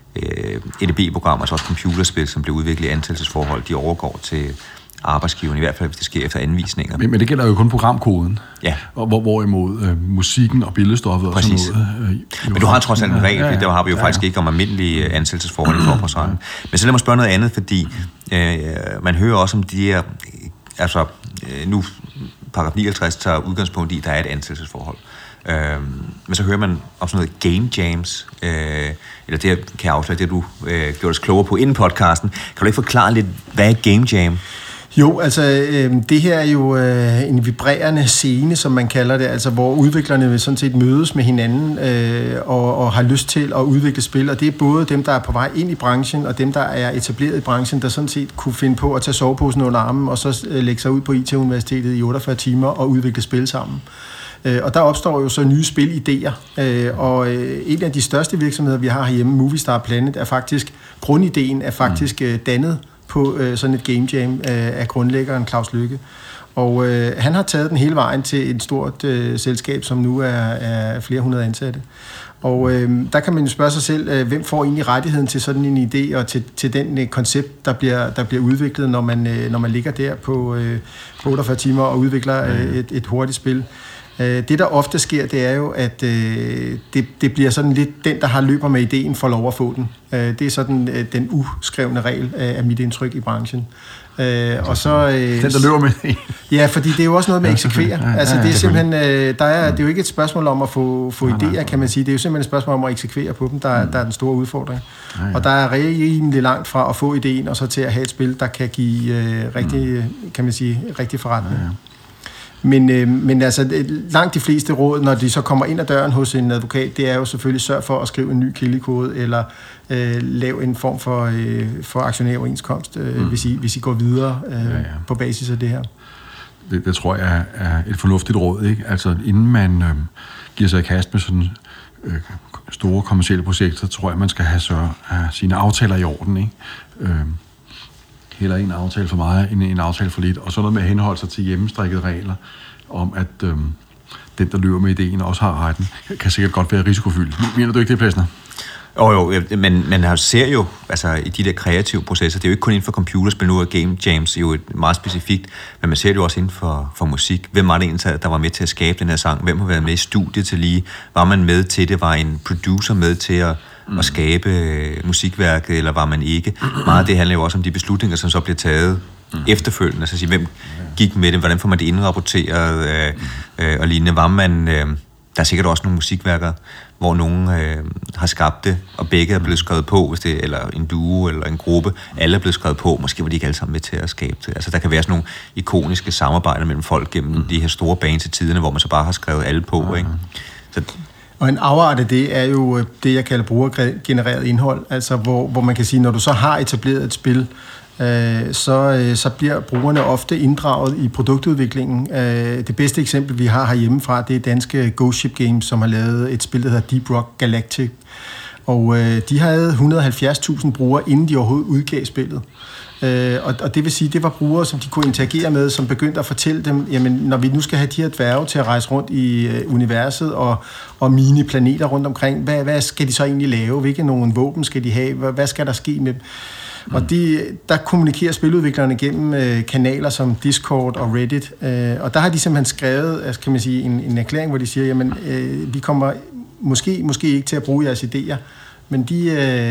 E D B-programmer, altså også computerspil, som bliver udviklet i ansættelsesforhold, de overgår til arbejdsgiveren, i hvert fald hvis det sker efter anvisninger. Men, men det gælder jo kun programkoden. Ja. Og hvor, hvorimod øh, musikken og billedstoffet og sådan noget. Øh, men du har trods alt en regel, ja, ja, der har vi jo ja, ja. faktisk ikke om almindelige ansættelsesforhold i ophavsretten. Men så lad mig spørge noget andet, fordi øh, man hører også om de her, altså øh, nu paragraf nioghalvtreds tager udgangspunkt i, der er et ansættelsesforhold. Øh, men så hører man om sådan noget game jams, øh, eller det kan jeg afsløre, det du øh, gjorde os klogere på inden podcasten. Kan du ikke forklare lidt, hvad er game jam? Jo, altså øh, det her er jo øh, en vibrerende scene, som man kalder det, altså hvor udviklerne vil sådan set mødes med hinanden øh, og, og har lyst til at udvikle spil, og det er både dem, der er på vej ind i branchen, og dem, der er etableret i branchen, der sådan set kunne finde på at tage soveposen under armen, og så øh, lægge sig ud på I T-universitetet i otteogfyrre timer og udvikle spil sammen. Øh, og der opstår jo så nye spilidéer, øh, og øh, en af de største virksomheder, vi har herhjemme, Movistar Planet, er faktisk, grundideen er faktisk øh, dannet på øh, sådan et game jam øh, af grundlæggeren Klaus Lykke. Og øh, han har taget den hele vejen til et stort øh, selskab, som nu er, er flere hundrede ansatte. Og øh, der kan man jo spørge sig selv, øh, hvem får egentlig rettigheden til sådan en idé og til, til den øh, koncept, der bliver, der bliver udviklet, når man, øh, når man ligger der på, øh, på otteogfyrre timer og udvikler øh, et, et hurtigt spil. Det, der ofte sker, det er jo, at øh, det, det bliver sådan lidt den, der har løber med ideen, får lov at få den. Øh, det er sådan øh, den uskrevne regel af mit indtryk i branchen. Øh, og så, øh, den, der løber med ja, fordi det er jo også noget med at eksekvere. Altså, det er simpelthen, øh, der er, det er jo ikke et spørgsmål om at få, få idéer, kan man sige. Det er jo simpelthen et spørgsmål om at eksekvere på dem, der, der er den store udfordring. Og der er rimelig langt fra at få ideen, og så til at have et spil, der kan give øh, rigtig, kan man sige, rigtig forretning. Men, øh, men altså, langt de fleste råd, når de så kommer ind ad døren hos en advokat, det er jo selvfølgelig sørg for at skrive en ny kildekode, eller øh, lave en form for, øh, for aktionæroverenskomst, øh, mm. hvis, I, hvis I går videre øh, ja, ja. på basis af det her. Det, det tror jeg er et fornuftigt råd, ikke? Altså, inden man øh, giver sig i kast med sådan øh, store kommercielle projekter, tror jeg, man skal have, så, have sine aftaler i orden, ikke? Øh, Heller en aftale for meget, end en aftale for lidt. Og så noget med at henholde sig til hjemmestrikkede regler om, at øhm, den, der løber med ideen, også har retten, kan sikkert godt være risikofyldt. Mener du ikke det, Plesner? Jo, jo, men man ser jo, altså i de der kreative processer, det er jo ikke kun inden for computerspil, nu er game jams jo et meget specifikt, men man ser det jo også inden for, for musik. Hvem var det egentlig, der var med til at skabe den her sang? Hvem har været med i studiet til lige? Var man med til det? Var en producer med til at Mm. at skabe øh, musikværket, eller var man ikke? Meget af det handler jo også om de beslutninger, som så bliver taget mm. efterfølgende. Altså sige, hvem gik med det? Hvordan får man det indrapporteret? Øh, øh, og lignende. Var man... Øh, der er sikkert også nogle musikværker, hvor nogen øh, har skabt det, og begge er blevet skrevet på, hvis det, eller en duo, eller en gruppe. Alle er blevet skrevet på. Måske var de ikke alle sammen med til at skabe det. Altså, der kan være sådan nogle ikoniske samarbejder mellem folk gennem mm. de her store bands i tiderne, hvor man så bare har skrevet alle på, mm. ikke? Så og en afart af det er jo det, jeg kalder brugergenereret indhold, altså hvor, hvor man kan sige, når du så har etableret et spil, øh, så, øh, så bliver brugerne ofte inddraget i produktudviklingen. Øh, det bedste eksempel, vi har herhjemmefra, det er danske Ghost Ship Games, som har lavet et spil, der hedder Deep Rock Galactic. Og øh, de havde et hundrede og halvfjerds tusind brugere, inden de overhovedet udgav spillet. Øh, og, og det vil sige, det var brugere, som de kunne interagere med, som begyndte at fortælle dem, jamen, når vi nu skal have de her dværge til at rejse rundt i øh, universet og, og mine planeter rundt omkring, hvad, hvad skal de så egentlig lave? Hvilke nogle våben skal de have? Hvad, hvad skal der ske med dem? Mm. Og de, der kommunikerer spiludviklerne gennem øh, kanaler som Discord og Reddit, øh, og der har de simpelthen skrevet, altså, kan man sige, en, en erklæring, hvor de siger, jamen, øh, vi kommer måske, måske ikke til at bruge jeres idéer, men de,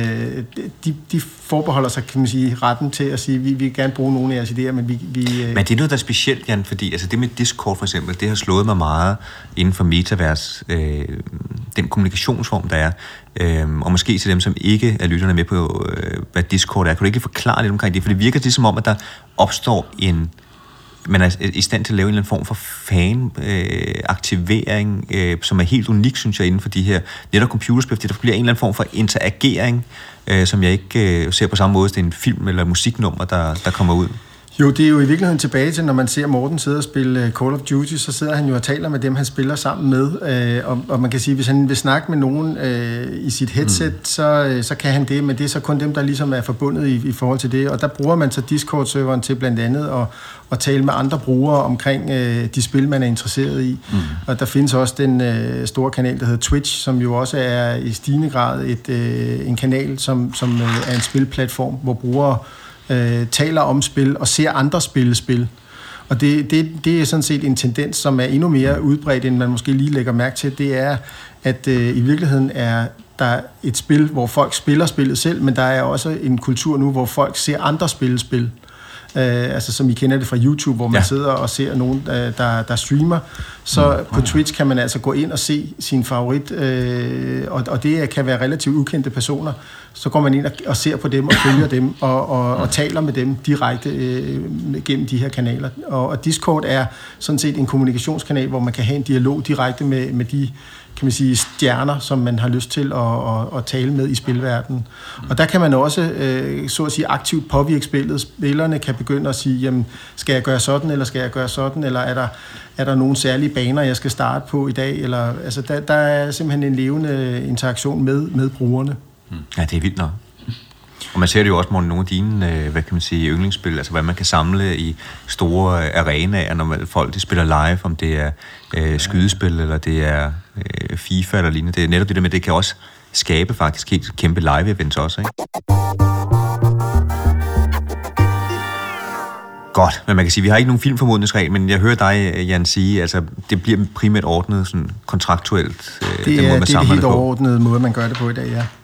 de, de forbeholder sig, kan man sige, retten til at sige, at vi, vi vil gerne bruge nogle af jeres idéer, men vi... vi men det er noget, der er specielt, Jan, fordi altså det med Discord for eksempel, det har slået mig meget inden for Metavers, øh, den kommunikationsform, der er. Øh, og måske til dem, som ikke er lytterne med på, øh, hvad Discord er. Kan du ikke forklare lidt omkring det? For det virker ligesom om, at der opstår en man er i stand til at lave en eller anden form for fan-aktivering, øh, øh, som er helt unik, synes jeg, inden for de her netop computerspil, fordi der bliver en eller anden form for interagering, øh, som jeg ikke øh, ser på samme måde, det er en film eller musiknummer, der, der kommer ud. Jo, det er jo i virkeligheden tilbage til, når man ser Morten sidde og spille Call of Duty, så sidder han jo og taler med dem, han spiller sammen med. Øh, og, og man kan sige, hvis han vil snakke med nogen øh, i sit headset, mm. så, så kan han det, men det er så kun dem, der ligesom er forbundet i, i forhold til det. Og der bruger man så Discord-serveren til blandt andet at, at tale med andre brugere omkring øh, de spil, man er interesseret i. Mm. Og der findes også den øh, store kanal, der hedder Twitch, som jo også er i stigende grad et, øh, en kanal, som, som øh, er en spilplatform, hvor brugere Øh, taler om spil og ser andre spille spil. Og det, det, det er sådan set en tendens, som er endnu mere udbredt, end man måske lige lægger mærke til. Det er, at øh, i virkeligheden er der et spil, hvor folk spiller spillet selv, men der er også en kultur nu, hvor folk ser andre spille spil. Øh, altså som I kender det fra YouTube, hvor man ja. sidder og ser nogen, der, der, der streamer. Så mm. på Twitch kan man altså gå ind og se sin favorit, øh, og, og det kan være relativt ukendte personer. Så går man ind og, og ser på dem og følger dem og, og, og taler med dem direkte øh, gennem de her kanaler. Og, og Discord er sådan set en kommunikationskanal, hvor man kan have en dialog direkte med, med de, kan man sige, stjerner, som man har lyst til at, at, at tale med i spilverdenen. Og der kan man også, øh, så at sige, aktivt påvirke spillet. Spillerne kan begynde at sige, jamen, skal jeg gøre sådan, eller skal jeg gøre sådan, eller er der, er der nogle særlige baner, jeg skal starte på i dag? Eller, altså, der, der er simpelthen en levende interaktion med, med brugerne. Ja, det er vildt nok. Og man ser det jo også, Morten, nogle af dine, hvad kan man sige, yndlingsspil, altså hvad man kan samle i store arenaer, når man, folk de spiller live, om det er øh, skydespil, eller det er øh, FIFA eller lignende. Det er netop det der med, det kan også skabe faktisk helt kæmpe live-events også, ikke? Godt, men man kan sige, vi har ikke nogen filmformodningsregel, men jeg hører dig, Jan, sige, altså det bliver primært ordnet sådan kontraktuelt. Øh, det er, den måde, man det er det helt overordnede måde, man gør det på i dag, ja.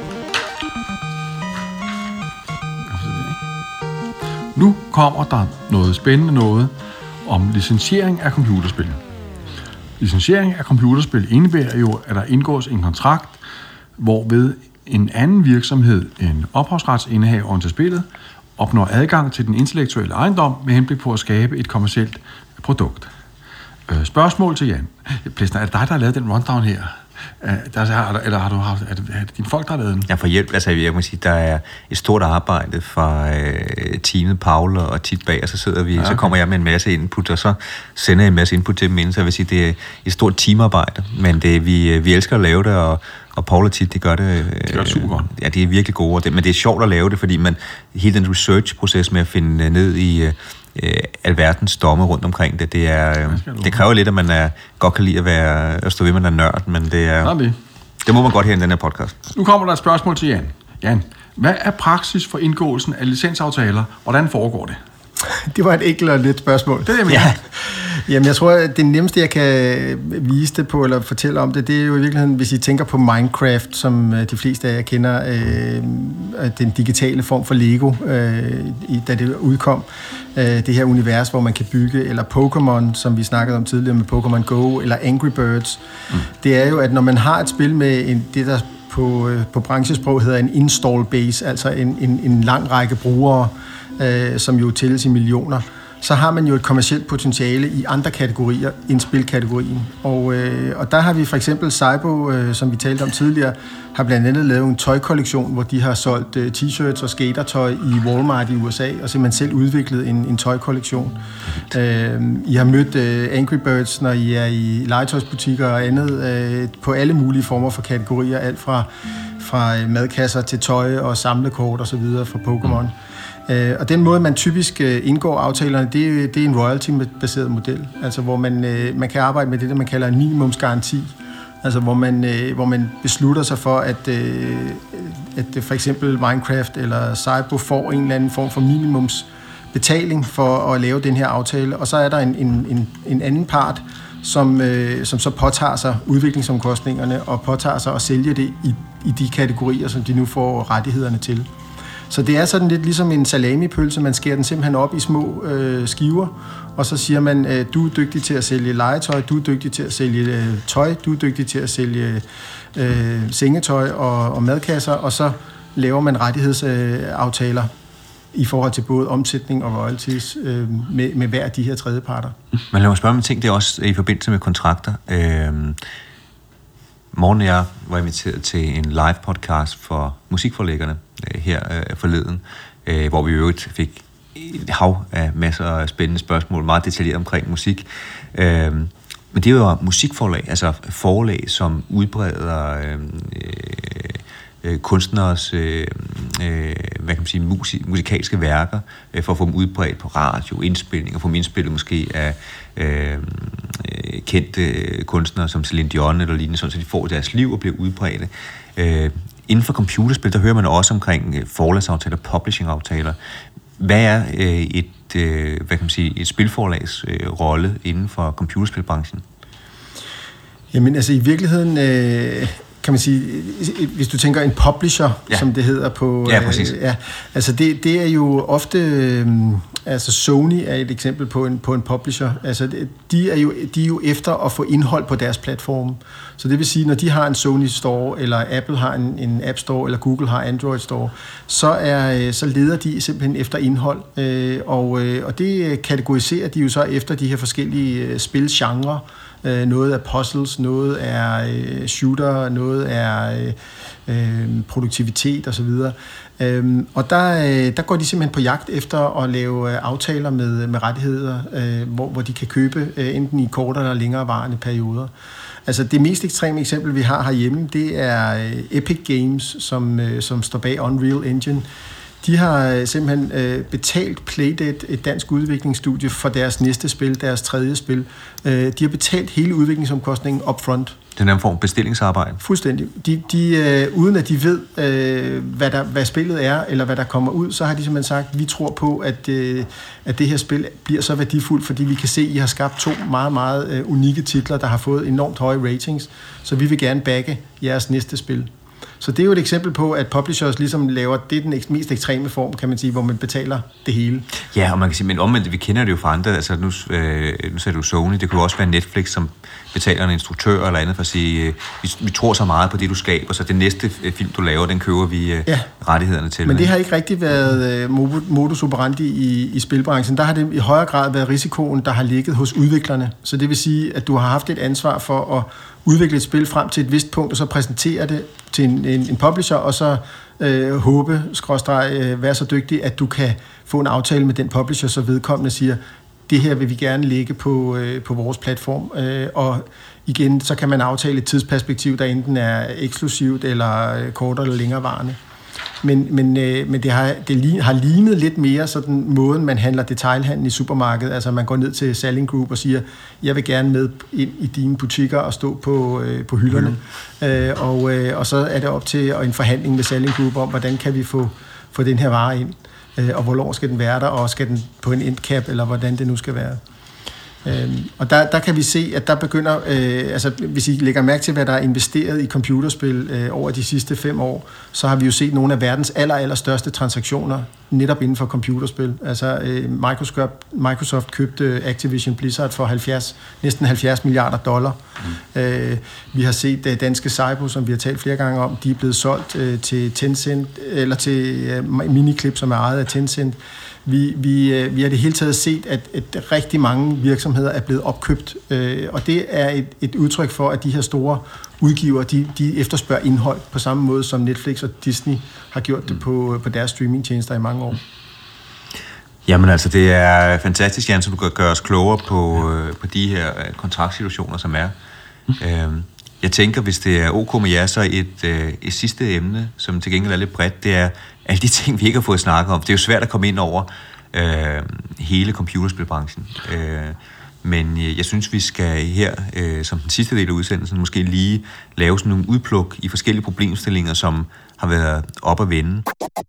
Nu kommer der noget spændende noget om licensiering af computerspil. Licensiering af computerspil indebærer jo, at der indgås en kontrakt, hvorved en anden virksomhed end ophavsretsindehaveren til spillet opnår adgang til den intellektuelle ejendom med henblik på at skabe et kommercielt produkt. Spørgsmål til Jan. Plæsner, er det dig, der har lavet den rundown her? Der, eller har du haft, er det, er det dine folk, der har lavet den? Ja, for hjælp. Altså, jeg må sige, der er et stort arbejde fra øh, teamet Paul og tit bag, og så sidder vi, ja, okay. så kommer jeg med en masse input, og så sender jeg en masse input til dem inden, så jeg vil sige, det er et stort teamarbejde, men det, vi, vi elsker at lave det, og, og Paul og tit, det gør det, øh, det gør det super godt. Ja, det er virkelig gode, og det, men det er sjovt at lave det, fordi man, hele den research-proces med at finde ned i øh, alverdens domme rundt omkring det, det er, øh, det kræver lidt, at man er, godt kan lide at, være, at stå ved, man er nørd, men det er, det. det må man godt her i den her podcast. Nu kommer der et spørgsmål til Jan. Jan, hvad er praksis for indgåelsen af licensaftaler? Hvordan foregår det? Det var et enkelt og let spørgsmål. Det er det, ja. Jamen, jeg tror, at det nemmeste, jeg kan vise det på, eller fortælle om det, det er jo i virkeligheden, hvis I tænker på Minecraft, som de fleste af jer kender, øh, den digitale form for Lego, øh, da det udkom. Øh, det her univers, hvor man kan bygge, eller Pokémon, som vi snakkede om tidligere med Pokémon Go, eller Angry Birds. Mm. Det er jo, at når man har et spil med en, det, der på, på branchesprog hedder en install base, altså en, en, en lang række brugere, øh, som jo tælles i millioner, så har man jo et kommercielt potentiale i andre kategorier end spilkategorien. Og, øh, og der har vi for eksempel Saibo, øh, som vi talte om tidligere, har blandt andet lavet en tøjkollektion, hvor de har solgt øh, t-shirts og skatertøj i Walmart i U S A, og simpelthen selv udviklet en, en tøjkollektion. Øh, I har mødt øh, Angry Birds, når I er i legetøjsbutikker og andet, øh, på alle mulige former for kategorier, alt fra, fra madkasser til tøj og samlekort og så videre fra Pokémon. Øh, og den måde, man typisk øh, indgår aftalerne, det, det er en royalty-baseret model, altså hvor man, øh, man kan arbejde med det, der man kalder en minimumsgaranti, altså hvor man, øh, hvor man beslutter sig for, at, øh, at for eksempel Minecraft eller Saibo får en eller anden form for minimumsbetaling for at lave den her aftale, og så er der en, en, en, en anden part, som, øh, som så påtager sig udviklingsomkostningerne og påtager sig at sælge det i, i de kategorier, som de nu får rettighederne til. Så det er sådan lidt ligesom en salamipølse, man skærer den simpelthen op i små øh, skiver, og så siger man, øh, du er dygtig til at sælge legetøj, du er dygtig til at sælge øh, tøj, du er dygtig til at sælge øh, sengetøj og, og madkasser, og så laver man rettighedsaftaler i forhold til både omsætning og royalties øh, med, med hver af de her tredjeparter. Men lad mig spørge om en ting, det er også i forbindelse med kontrakter. Øh, Morgen og jeg var inviteret til en live podcast for musikforlæggerne øh, her øh, forleden, øh, hvor vi i øvrigt fik et hav af masser af spændende spørgsmål, meget detaljeret omkring musik. Øh, men det er jo musikforlag, altså forlag, som udbreder øh, øh, kunstneres øh, øh, hvad kan man sige, musik, musikalske værker, øh, for at få dem udbredt på radio, indspilninger, få dem indspillet måske af øh, kendte kunstnere som Celine Dion eller lignende, så de får deres liv og bliver udbredte. Øh, inden for computerspil, der hører man også omkring forlagsaftaler, publishingaftaler. Hvad er øh, et, øh, hvad kan man sige, et spilforlags øh, rolle inden for computerspilbranchen? Jamen altså i virkeligheden, øh, kan man sige, hvis du tænker en publisher, ja. Som det hedder på... Ja, præcis. Øh, ja, altså det, det er jo ofte... Øh, altså Sony er et eksempel på en, på en publisher. Altså de er, jo, de er jo efter at få indhold på deres platform. Så det vil sige, når de har en Sony Store, eller Apple har en, en App Store, eller Google har Android Store, så, er, så leder de simpelthen efter indhold. Øh, og, og det kategoriserer de jo så efter de her forskellige spilgenre. Noget er puzzles, noget er øh, shooter, noget er øh, produktivitet osv. Øhm, og der, øh, der går de simpelthen på jagt efter at lave øh, aftaler med, med rettigheder, øh, hvor, hvor de kan købe øh, enten i kortere eller længere varende perioder. Altså det mest ekstreme eksempel, vi har herhjemme, det er øh, Epic Games, som, øh, som står bag Unreal Engine. De har simpelthen øh, betalt Playdead, et dansk udviklingsstudie, for deres næste spil, deres tredje spil. Øh, de har betalt hele udviklingsomkostningen upfront. Det er en form bestillingsarbejde. Fuldstændig. De, de, øh, uden at de ved, øh, hvad, der, hvad spillet er, eller hvad der kommer ud, så har de simpelthen sagt, vi tror på, at, øh, at det her spil bliver så værdifuldt, fordi vi kan se, at I har skabt to meget, meget øh, unikke titler, der har fået enormt høje ratings, så vi vil gerne backe jeres næste spil. Så det er jo et eksempel på, at publishers ligesom laver, det er den mest ekstreme form, kan man sige, hvor man betaler det hele. Ja, og man kan sige, men omvendt, vi kender det jo fra andre, altså nu, øh, nu ser du Sony, det kunne jo også være Netflix, som betaler en instruktør eller andet for at sige, øh, vi, vi tror så meget på det, du skaber, så det næste film, du laver, den køber vi øh, ja. rettighederne til. Men det har ikke rigtig været øh, modus operandi i, i spilbranchen. Der har det i højere grad været risikoen, der har ligget hos udviklerne. Så det vil sige, at du har haft et ansvar for at udvikle et spil frem til et vist punkt, og så præsentere det til en, en, en publisher, og så øh, håbe, skråstreg, øh, være så dygtig, at du kan få en aftale med den publisher, så vedkommende siger, det her vil vi gerne lægge på, øh, på vores platform. Øh, og igen, så kan man aftale et tidsperspektiv, der enten er eksklusivt, eller øh, kortere eller længerevarende. Men, men, øh, men det, har, det har lignet lidt mere sådan måden, man handler detailhandel i supermarkedet. Altså man går ned til Selling Group og siger, jeg vil gerne med ind i dine butikker og stå på, øh, på hylderne. Mm. Øh, og, øh, og så er det op til en forhandling med Selling Group om, hvordan kan vi få, få den her vare ind. Øh, og hvornår skal den være der, og skal den på en endcap, eller hvordan det nu skal være. Øhm, og der, der kan vi se, at der begynder, øh, altså hvis I lægger mærke til, hvad der er investeret i computerspil øh, over de sidste fem år, så har vi jo set nogle af verdens aller, aller største transaktioner netop inden for computerspil. Altså øh, Microsoft, Microsoft købte Activision Blizzard for halvfjerds, næsten halvfjerds milliarder dollar. Mm. Øh, vi har set øh, danske Cybo, som vi har talt flere gange om, de er blevet solgt øh, til Tencent, eller til øh, Miniclip, som er ejet af Tencent. Vi, vi, vi har det hele taget set, at, at rigtig mange virksomheder er blevet opkøbt, øh, og det er et, et udtryk for, at de her store udgivere, de, de efterspørger indhold på samme måde, som Netflix og Disney har gjort det på, på deres streamingtjenester i mange år. Jamen altså, det er fantastisk, Jan, så du kan gøre os klogere på, på de her kontraktsituationer, som er. Mm. Øhm, jeg tænker, hvis det er ok med jer, så et, et sidste emne, som til gengæld er lidt bredt, det er alle de ting, vi ikke har fået snakket om. Det er jo svært at komme ind over øh, hele computerspilbranchen. Øh, men jeg synes, vi skal her, øh, som den sidste del af udsendelsen, måske lige lave sådan nogle udpluk i forskellige problemstillinger, som har været op at vende.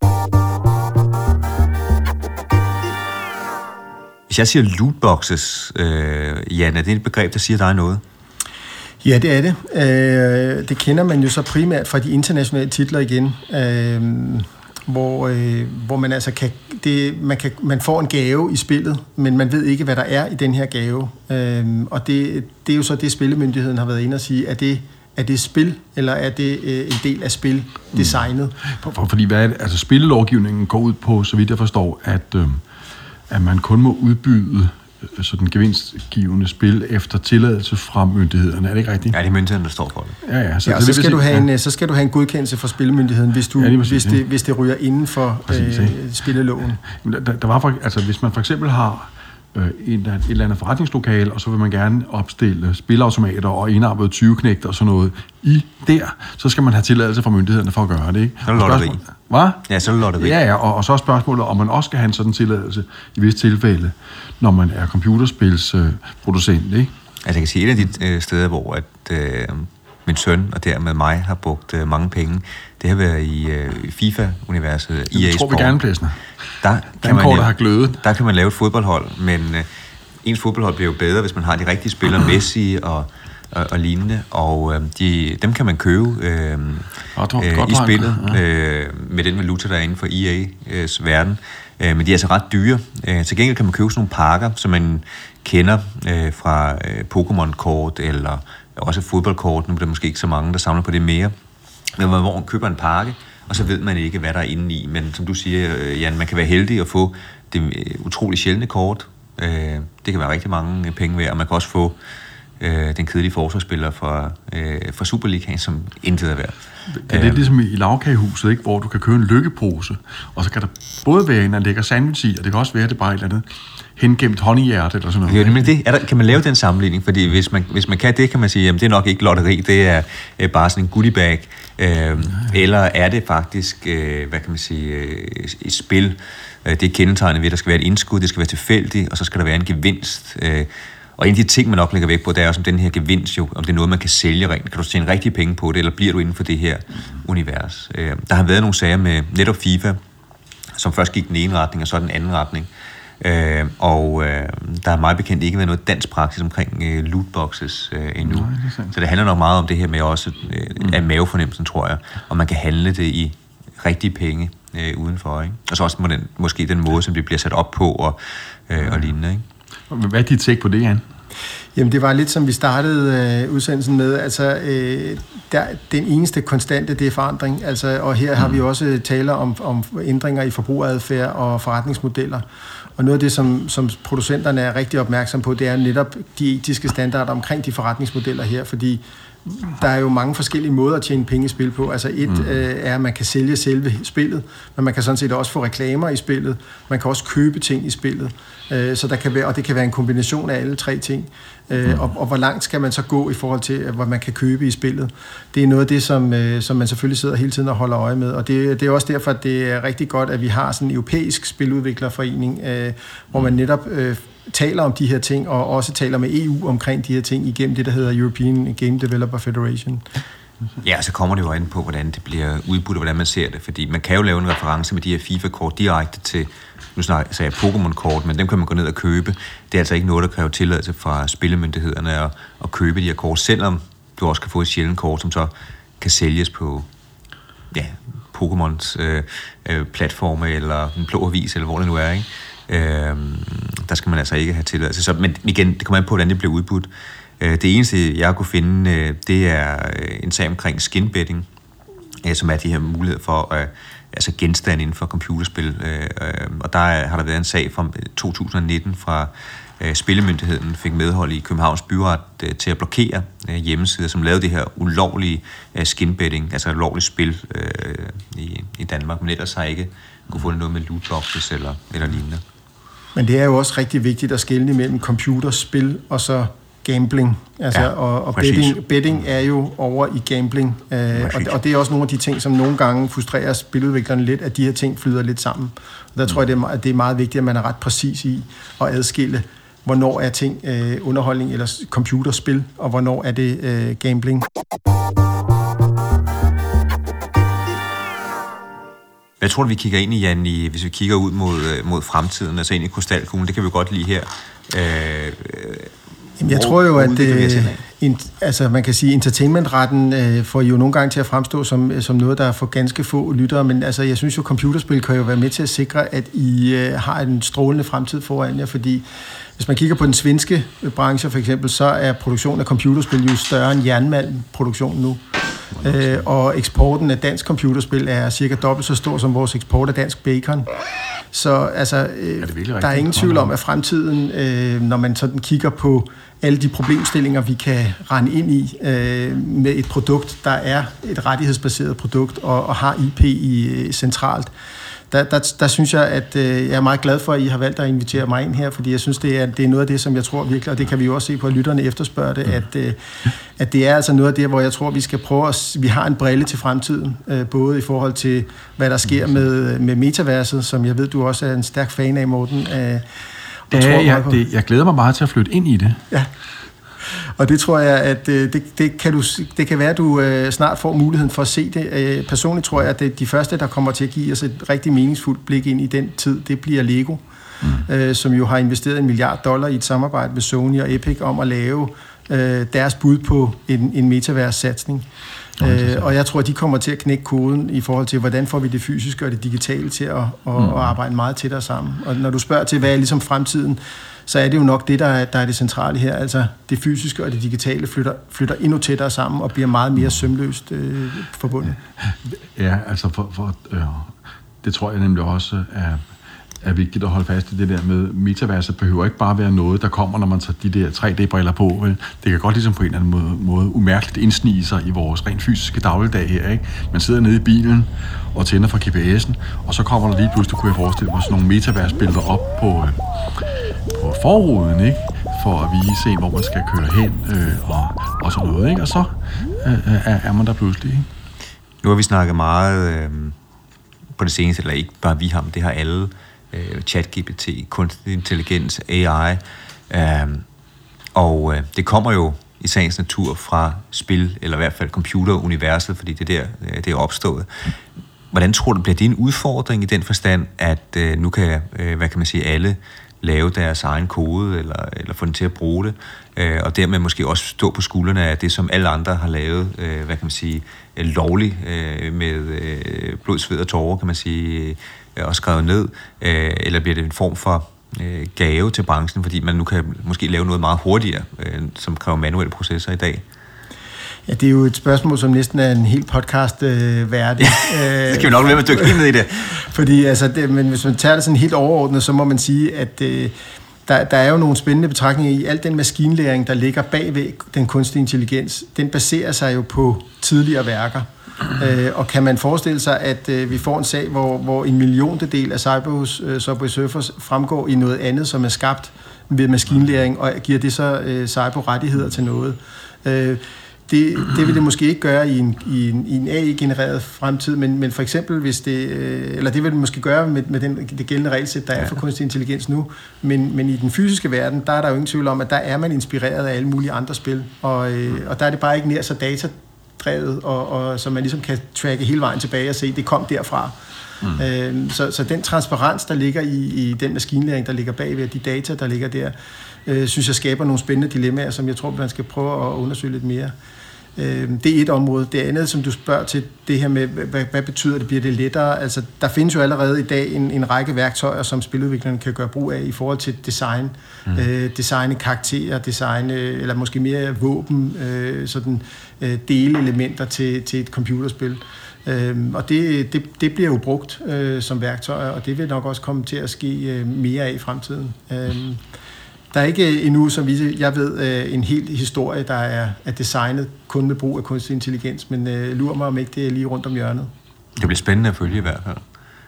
Hvis jeg siger lootboxes, øh, Jan, er det et begreb, der siger dig noget? Ja, det er det. Øh, det kender man jo så primært fra de internationale titler igen, øh, hvor, øh, hvor man altså kan, det, man, kan, man får en gave i spillet, men man ved ikke, hvad der er i den her gave. Øh, og det, det er jo så det, spillemyndigheden har været inde og sige, er det, er det spil, eller er det øh, en del af spildesignet? Mm. For, for, fordi hvad er det? Altså, spillelovgivningen går ud på, så vidt jeg forstår, at, øh, at man kun må udbyde øh, sådan gevinstgivende spil efter tilladelse fra myndighederne. Er det ikke rigtigt? Ja, det er myndighederne, der står for det. Ja, ja. Så, ja, så, så, skal, du have en, ja. så skal du have en godkendelse fra spillemyndigheden, hvis, du, ja, præcis, hvis, det, ja. hvis det ryger inden for præcis, øh, spilleloven. Der, der var for, altså, hvis man for eksempel har øh, en, et eller andet forretningslokale, og så vil man gerne opstille spilautomater og indarbejdede tyveknægter og sådan noget i der, så skal man have tilladelse fra myndighederne for at gøre det, ikke? Så er det lotteri. Hvad? Ja, så er det lotteri. Ja, ja, og, og så er spørgsmålet, om man også skal have en sådan tilladelse i visse tilfælde, når man er computerspilsproducent, øh, ikke? Altså, jeg kan sige, et af de øh, steder, hvor at, øh, min søn og dermed mig har brugt øh, mange penge, det har været i øh, FIFA-universet, E A Sport. Jeg tror, vi gerne plæsner. Der kan, man lave, har glødet. der kan man lave et fodboldhold, men øh, ens fodboldhold bliver jo bedre, hvis man har de rigtige spillere, Messi og, og, og lignende, og øh, de, dem kan man købe øh, tror, øh, godt, i spillet ja. øh, med den valuta, der er inden for E A's verden. Øh, men de er altså ret dyre. Øh, til gengæld kan man købe sådan nogle pakker, som man kender øh, fra øh, Pokémon-kort, eller også fodboldkort. Nu er der måske ikke så mange, der samler på det mere. Men hvor man køber en pakke, og så ved man ikke, hvad der er inde i. Men som du siger, Jan, man kan være heldig at få det utrolig sjældne kort. Øh, det kan være rigtig mange penge værd, og man kan også få øh, den kedelige forsvarsspiller fra, øh, fra Superligaen, som intet er værd. Det er lidt ligesom i lavkagehuset, ikke? Hvor du kan købe en lykkepose, og så kan der både være en, der lægger sandwich i, og det kan også være, at det bare er et eller andet hengemt honninghjerte eller sådan noget. Ja, men det, er der, kan man lave den sammenligning? Fordi hvis man, hvis man kan det, kan man sige, at det er nok ikke lotteri, det er øh, bare sådan en goodie bag. Øh, ja, ja. Eller er det faktisk, øh, hvad kan man sige, øh, et spil? Øh, det er kendetegnet ved, at der skal være et indskud, det skal være tilfældigt, og så skal der være en gevinst. Øh, og en af de ting, man nok lægger væk på, det er jo som den her gevinst jo, om det er noget, man kan sælge rent. Kan du tjene rigtig penge på det, eller bliver du inden for det her mm. univers? Øh, der har været nogle sager med netop FIFA, som først gik den ene retning, og så den anden retning. Øh, og øh, der har meget bekendt ikke været noget dansk praksis omkring øh, lootboxes øh, endnu. Nej, det så det handler nok meget om det her med også øh, mm. af mavefornemmelsen, tror jeg, og man kan handle det i rigtige penge øh, udenfor, ikke? Og så også må den, måske den måde, som det bliver sat op på og, øh, og lignende, ikke? Hvad er dit take på det, Jan? Jamen, det var lidt som vi startede øh, udsendelsen med. Altså, øh, der, den eneste konstante, det er forandring. Altså, og her har vi også taler om, om ændringer i forbrugeradfærd og forretningsmodeller. Og noget af det, som, som producenterne er rigtig opmærksom på, det er netop de etiske standarder omkring de forretningsmodeller her, fordi der er jo mange forskellige måder at tjene penge i spil på. Altså et mm. øh, er, at man kan sælge selve spillet, men man kan sådan set også få reklamer i spillet. Man kan også købe ting i spillet. Øh, så der kan være, og det kan være en kombination af alle tre ting. Øh, mm. og, og hvor langt skal man så gå i forhold til, hvad man kan købe i spillet? Det er noget af det, som, øh, som man selvfølgelig sidder hele tiden og holder øje med. Og det, det er også derfor, at det er rigtig godt, at vi har sådan en europæisk spiludviklerforening, øh, hvor man netop øh, taler om de her ting, og også taler med E U omkring de her ting igennem det, der hedder European Game Developer Federation. Ja, så kommer det jo ind på, hvordan det bliver udbudt, og hvordan man ser det, fordi man kan jo lave en reference med de her FIFA-kort direkte til, nu sagde jeg Pokémon-kort, men dem kan man gå ned og købe. Det er altså ikke noget, der kræver tilladelse fra spillemyndighederne at, at købe de her kort, selvom du også kan få et sjældent kort, som så kan sælges på ja, Pokémons øh, øh, platforme, eller en blå avis, eller hvor det nu er, ikke? Øh, der skal man altså ikke have tilladelse. Så, men igen, det kommer an på, hvordan det bliver udbudt. Øh, det eneste, jeg kunne finde, øh, det er en sag omkring skinbetting, øh, som er de her muligheder for øh, altså genstand inden for computerspil. Øh, øh, og der er, har der været en sag fra to tusind nitten fra øh, Spillemyndigheden, fik medhold i Københavns Byret øh, til at blokere øh, hjemmesider, som lavede det her ulovlige øh, skinbetting, altså ulovligt spil øh, i, i Danmark, men ellers har ikke kunne få noget med lootboxes eller, eller lignende. Men det er jo også rigtig vigtigt at skelne mellem computerspil og så gambling. Altså, ja, og og betting, betting er jo over i gambling. Øh, og, og det er også nogle af de ting, som nogle gange frustrerer spiludviklerne lidt, at de her ting flyder lidt sammen. Og der tror jeg, det er, det er meget vigtigt, at man er ret præcis i at adskille, hvornår er ting øh, underholdning eller computerspil, og hvornår er det øh, gambling. Jeg tror, at vi kigger ind i, Jan, i, hvis vi kigger ud mod, mod fremtiden, altså ind i krystalkuglen, det kan vi godt lide her. Øh, Jamen, jeg tror jo, at det, in, altså, man kan sige, entertainmentretten øh, får jo nogle gange til at fremstå som, som noget, der er for ganske få lyttere, men altså, jeg synes jo, computerspil kan jo være med til at sikre, at I øh, har en strålende fremtid foran jer, fordi hvis man kigger på den svenske branche for eksempel, så er produktionen af computerspil jo større end jernmalmproduktionen nu. Øh, og eksporten af dansk computerspil er cirka dobbelt så stor som vores eksport af dansk bacon. Så altså, øh, er der er ingen tvivl om, at fremtiden, øh, når man sådan kigger på alle de problemstillinger, vi kan rende ind i øh, med et produkt, der er et rettighedsbaseret produkt og, og har I P i øh, centralt, Der, der, der synes jeg, at øh, jeg er meget glad for, at I har valgt at invitere mig ind her, fordi jeg synes, det er, det er noget af det, som jeg tror virkelig, og det kan vi jo også se på, at lytterne efterspørger det, at, øh, at det er altså noget af det, hvor jeg tror, vi skal prøve at... Vi har en brille til fremtiden, øh, både i forhold til, hvad der sker med, med metaverset, som jeg ved, du også er en stærk fan af, Morten. Øh, ja, jeg, det, jeg glæder mig meget til at flytte ind i det. Ja. Og det tror jeg, at øh, det, det, kan du, det kan være, at du øh, snart får muligheden for at se det. Øh, personligt tror jeg, at det, de første, der kommer til at give os et rigtig meningsfuldt blik ind i den tid, det bliver Lego, mm. øh, som jo har investeret en milliard dollar i et samarbejde med Sony og Epic om at lave øh, deres bud på en, en metavers-satsning. Øh, og jeg tror, at de kommer til at knække koden i forhold til, hvordan får vi det fysiske og det digitale til at, at, mm. at arbejde meget tættere sammen. Og når du spørger til, hvad er ligesom fremtiden, så er det jo nok det, der er, der er det centrale her. Altså det fysiske og det digitale flytter, flytter endnu tættere sammen og bliver meget mere sømløst øh, forbundet. Ja, altså for, for, øh, det tror jeg nemlig også er, er vigtigt at holde fast i det der med, metaverset behøver ikke bare være noget, der kommer, når man tager de der tre D-briller på. Vel? Det kan godt ligesom på en eller anden måde, måde umærkeligt indsnige sig i vores rent fysiske dagligdag her. Ikke? Man sidder nede i bilen og tænder fra G P S'en, og så kommer der lige pludselig, kunne jeg forestille mig, sådan nogle metaversbilleder op på, øh, på forruden, ikke? For at vise en, hvor man skal køre hen øh, og, og sådan noget. Ikke? Og så øh, er, er man der pludselig. Ikke? Nu har vi snakket meget øh, på det seneste, eller ikke bare vi har, men det har alle, øh, ChatGPT, kunstig intelligens, A I, øh, og øh, det kommer jo i sagens natur fra spil, eller i hvert fald computeruniverset, fordi det er der, det er opstået. Hvordan tror du, bliver det en udfordring i den forstand, at øh, nu kan, øh, hvad kan man sige, alle lave deres egen kode, eller, eller få den til at bruge det, øh, og dermed måske også stå på skuldrene af det, som alle andre har lavet, øh, hvad kan man sige, lovligt, øh, med øh, blod, sved og tårer, kan man sige, øh, og skrevet ned, øh, eller bliver det en form for øh, gave til branchen, fordi man nu kan måske lave noget meget hurtigere, øh, som kræver manuelle processer i dag? Ja, det er jo et spørgsmål, som næsten er en hel podcast øh, værdig. Det skal vi nok være med at dykke ned i det. Fordi, altså, det, men hvis man tager det sådan helt overordnet, så må man sige, at øh, der, der er jo nogle spændende betragtninger i. Al den maskinlæring, der ligger bagved den kunstige intelligens, den baserer sig jo på tidligere værker. Øh, og kan man forestille sig, at øh, vi får en sag, hvor, hvor en milliontedel af Cyberhus øh, Subway Surfers fremgår i noget andet, som er skabt ved maskinlæring, og giver det så øh, Cyber rettigheder til noget? Øh, Det, det vil det måske ikke gøre i en, i en, i en A I-genereret fremtid, men, men for eksempel, hvis det, eller det vil det måske gøre med, med den, det gældende regelsæt, der er for kunstig intelligens nu, men, men i den fysiske verden, der er der jo ingen tvivl om, at der er man inspireret af alle mulige andre spil, og, øh, og der er det bare ikke nær så datadrevet, og, og så man ligesom kan tracke hele vejen tilbage og se, det kom derfra. Mm. Øh, så, så den transparens, der ligger i, i den maskinlæring, der ligger bagved, de data, der ligger der, øh, synes jeg skaber nogle spændende dilemmaer, som jeg tror, man skal prøve at undersøge lidt mere. Det er et område. Det andet, som du spørger til, det her med, hvad, hvad betyder det? Bliver det lettere? Altså, der findes jo allerede i dag en, en række værktøjer, som spiludviklerne kan gøre brug af i forhold til design. Mm. Øh, designe karakterer, designe, eller måske mere våben, øh, sådan øh, delelementer til, til et computerspil. Øh, og det, det, det bliver jo brugt øh, som værktøjer, og det vil nok også komme til at ske øh, mere af i fremtiden. Øh, Der er ikke endnu, som jeg ved, en hel historie, der er, er designet kun med brug af kunstig intelligens, men øh, lurer mig, om ikke det er lige rundt om hjørnet. Det bliver spændende at følge i hvert fald.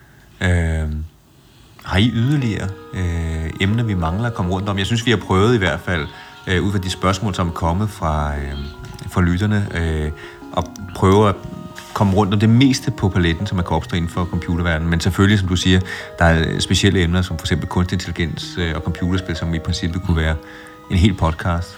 Øh, har I yderligere øh, emner, vi mangler at komme rundt om? Jeg synes, vi har prøvet i hvert fald, øh, ud fra de spørgsmål, som er kommet fra, øh, fra lytterne, øh, at prøve at komme rundt om det meste på paletten, som er kan opstå inden for computerverdenen. Men selvfølgelig, som du siger, der er specielle emner, som for eksempel kunstig intelligens og computerspil, som i princippet kunne være en hel podcast.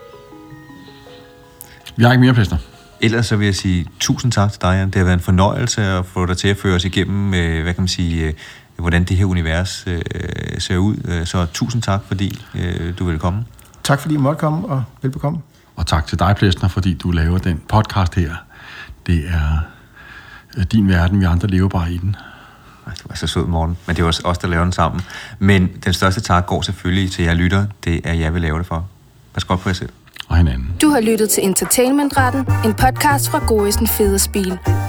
Vi har ikke mere, Plæsner. Ellers så vil jeg sige tusind tak til dig, Jan. Det har været en fornøjelse at få dig til at føre os igennem, hvad kan man sige, hvordan det her univers ser ud. Så tusind tak, fordi du ville komme. Tak fordi I måtte komme, og velbekomme. Og tak til dig, Plæsner, fordi du laver den podcast her. Det er din verden, vi andre lever bare i den. Du er så sød, Morten. Men det er også os, der laver den sammen. Men den største tak går selvfølgelig til jer lytter. Det er jeg vil lave det for. Pas godt på jer selv. Og hinanden. Du har lyttet til Entertainmentretten, en podcast fra Gorisen Federspil.